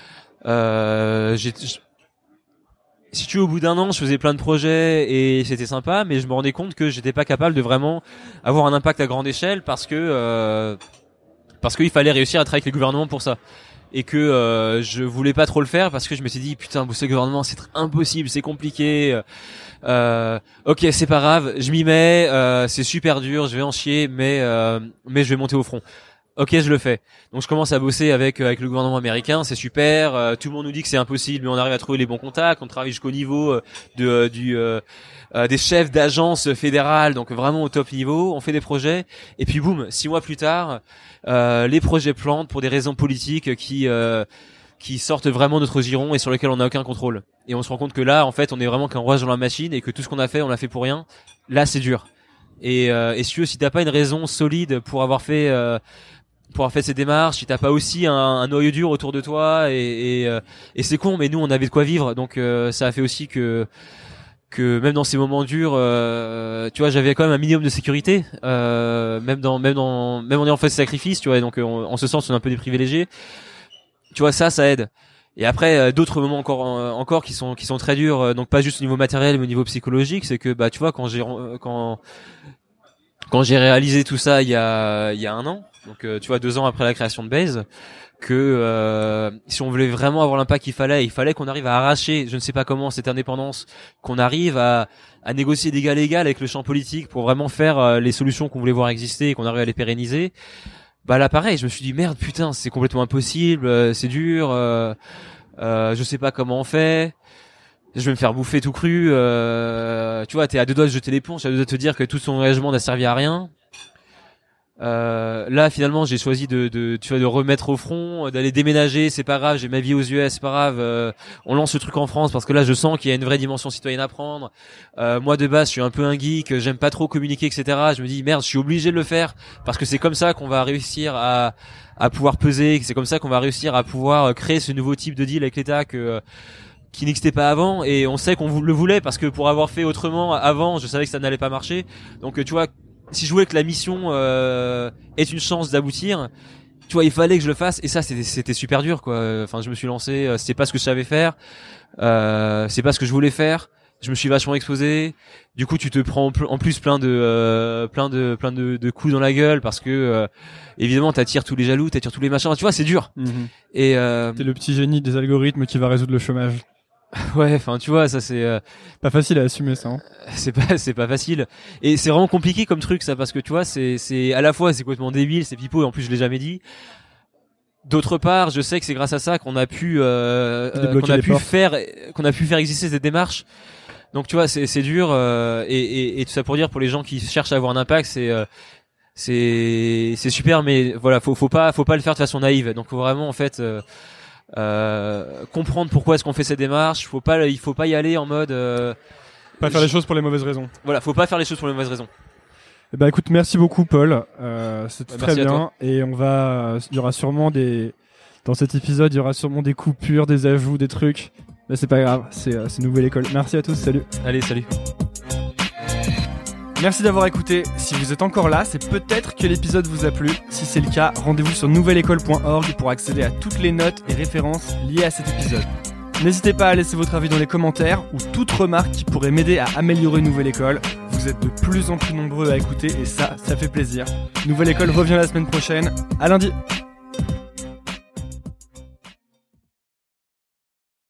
si tu veux, au bout d'1 an, je faisais plein de projets et c'était sympa, mais je me rendais compte que j'étais pas capable de vraiment avoir un impact à grande échelle parce qu'il fallait réussir à travailler avec les gouvernements pour ça. Et que je voulais pas trop le faire parce que je me suis dit putain, bosser le gouvernement c'est impossible, c'est compliqué. Ok, c'est pas grave, je m'y mets, c'est super dur, je vais en chier, mais je vais monter au front. Ok, je le fais. Donc je commence à bosser avec le gouvernement américain, c'est super. Tout le monde nous dit que c'est impossible, mais on arrive à trouver les bons contacts. On travaille jusqu'au niveau des chefs d'agences fédérales, donc vraiment au top niveau. On fait des projets, et puis boum, 6 mois plus tard, les projets plantent pour des raisons politiques qui sortent vraiment de notre giron et sur lesquels on n'a aucun contrôle. Et on se rend compte que là, en fait, on est vraiment qu'un rouage dans la machine et que tout ce qu'on a fait, on l'a fait pour rien. Là, c'est dur. Et si t'as pas une raison solide pour avoir fait ces démarches, si t'as pas aussi un noyau dur autour de toi, et c'est con, mais nous on avait de quoi vivre, donc ça a fait aussi que même dans ces moments durs, tu vois, j'avais quand même un minimum de sécurité, même en ayant fait ce sacrifice, tu vois, donc en ce sens on est un peu des privilégiés, tu vois, ça aide. Et après d'autres moments encore qui sont très durs, donc pas juste au niveau matériel mais au niveau psychologique, c'est que tu vois, quand j'ai réalisé tout ça il y a 1 an, donc tu vois, 2 ans après la création de Base, que si on voulait vraiment avoir l'impact qu'il fallait qu'on arrive à arracher, je ne sais pas comment, cette indépendance, qu'on arrive à négocier d'égal à égal avec le champ politique pour vraiment faire les solutions qu'on voulait voir exister et qu'on arrive à les pérenniser. Là pareil, je me suis dit merde, putain, c'est complètement impossible, c'est dur, je sais pas comment on fait. Je vais me faire bouffer tout cru, tu vois, t'es à 2 doigts de jeter l'éponge, à 2 doigts de te dire que tout ton engagement n'a servi à rien. Là finalement j'ai choisi de remettre au front, d'aller déménager, c'est pas grave, j'ai ma vie aux US, c'est pas grave, on lance ce truc en France parce que là je sens qu'il y a une vraie dimension citoyenne à prendre. Moi de base je suis un peu un geek, j'aime pas trop communiquer, etc. Je me dis merde, je suis obligé de le faire parce que c'est comme ça qu'on va réussir à pouvoir peser, c'est comme ça qu'on va réussir à pouvoir créer ce nouveau type de deal avec l'État qui n'existait pas avant, et on sait qu'on le voulait parce que pour avoir fait autrement avant, je savais que ça n'allait pas marcher. Donc tu vois, si je voulais que la mission ait une chance d'aboutir, tu vois, il fallait que je le fasse, et ça c'était super dur, quoi. Enfin, je me suis lancé, c'était pas ce que je savais faire, c'est pas ce que je voulais faire. Je me suis vachement exposé. Du coup, tu te prends en plus plein de coups dans la gueule parce que évidemment t'attires tous les jaloux, t'attires tous les machins. Tu vois, c'est dur. Mm-hmm. Et t'es le petit génie des algorithmes qui va résoudre le chômage. Ouais, enfin tu vois, ça c'est pas facile à assumer ça. Hein. C'est pas facile, et c'est vraiment compliqué comme truc ça, parce que tu vois, c'est à la fois c'est complètement débile, c'est pipeau, et en plus je l'ai jamais dit. D'autre part, je sais que c'est grâce à ça qu'on a pu faire exister cette démarche. Donc tu vois, c'est dur, et tout ça pour dire, pour les gens qui cherchent à avoir un impact, c'est super, mais voilà, faut pas le faire de façon naïve. Donc faut vraiment en fait comprendre pourquoi est-ce qu'on fait cette démarche. Il faut pas y aller en mode pas faire les choses pour les mauvaises raisons. Voilà, faut pas faire les choses pour les mauvaises raisons. Bah écoute, merci beaucoup Paul, c'était très bien, et il y aura sûrement dans cet épisode, il y aura sûrement des coupures, des ajouts, des trucs, mais c'est pas grave, c'est Nouvelle École. Merci à tous, salut. Allez, salut. Merci d'avoir écouté. Si vous êtes encore là, c'est peut-être que l'épisode vous a plu. Si c'est le cas, rendez-vous sur nouvelleécole.org pour accéder à toutes les notes et références liées à cet épisode. N'hésitez pas à laisser votre avis dans les commentaires ou toute remarque qui pourrait m'aider à améliorer Nouvelle École. Vous êtes de plus en plus nombreux à écouter, et ça fait plaisir. Nouvelle École revient la semaine prochaine. À lundi.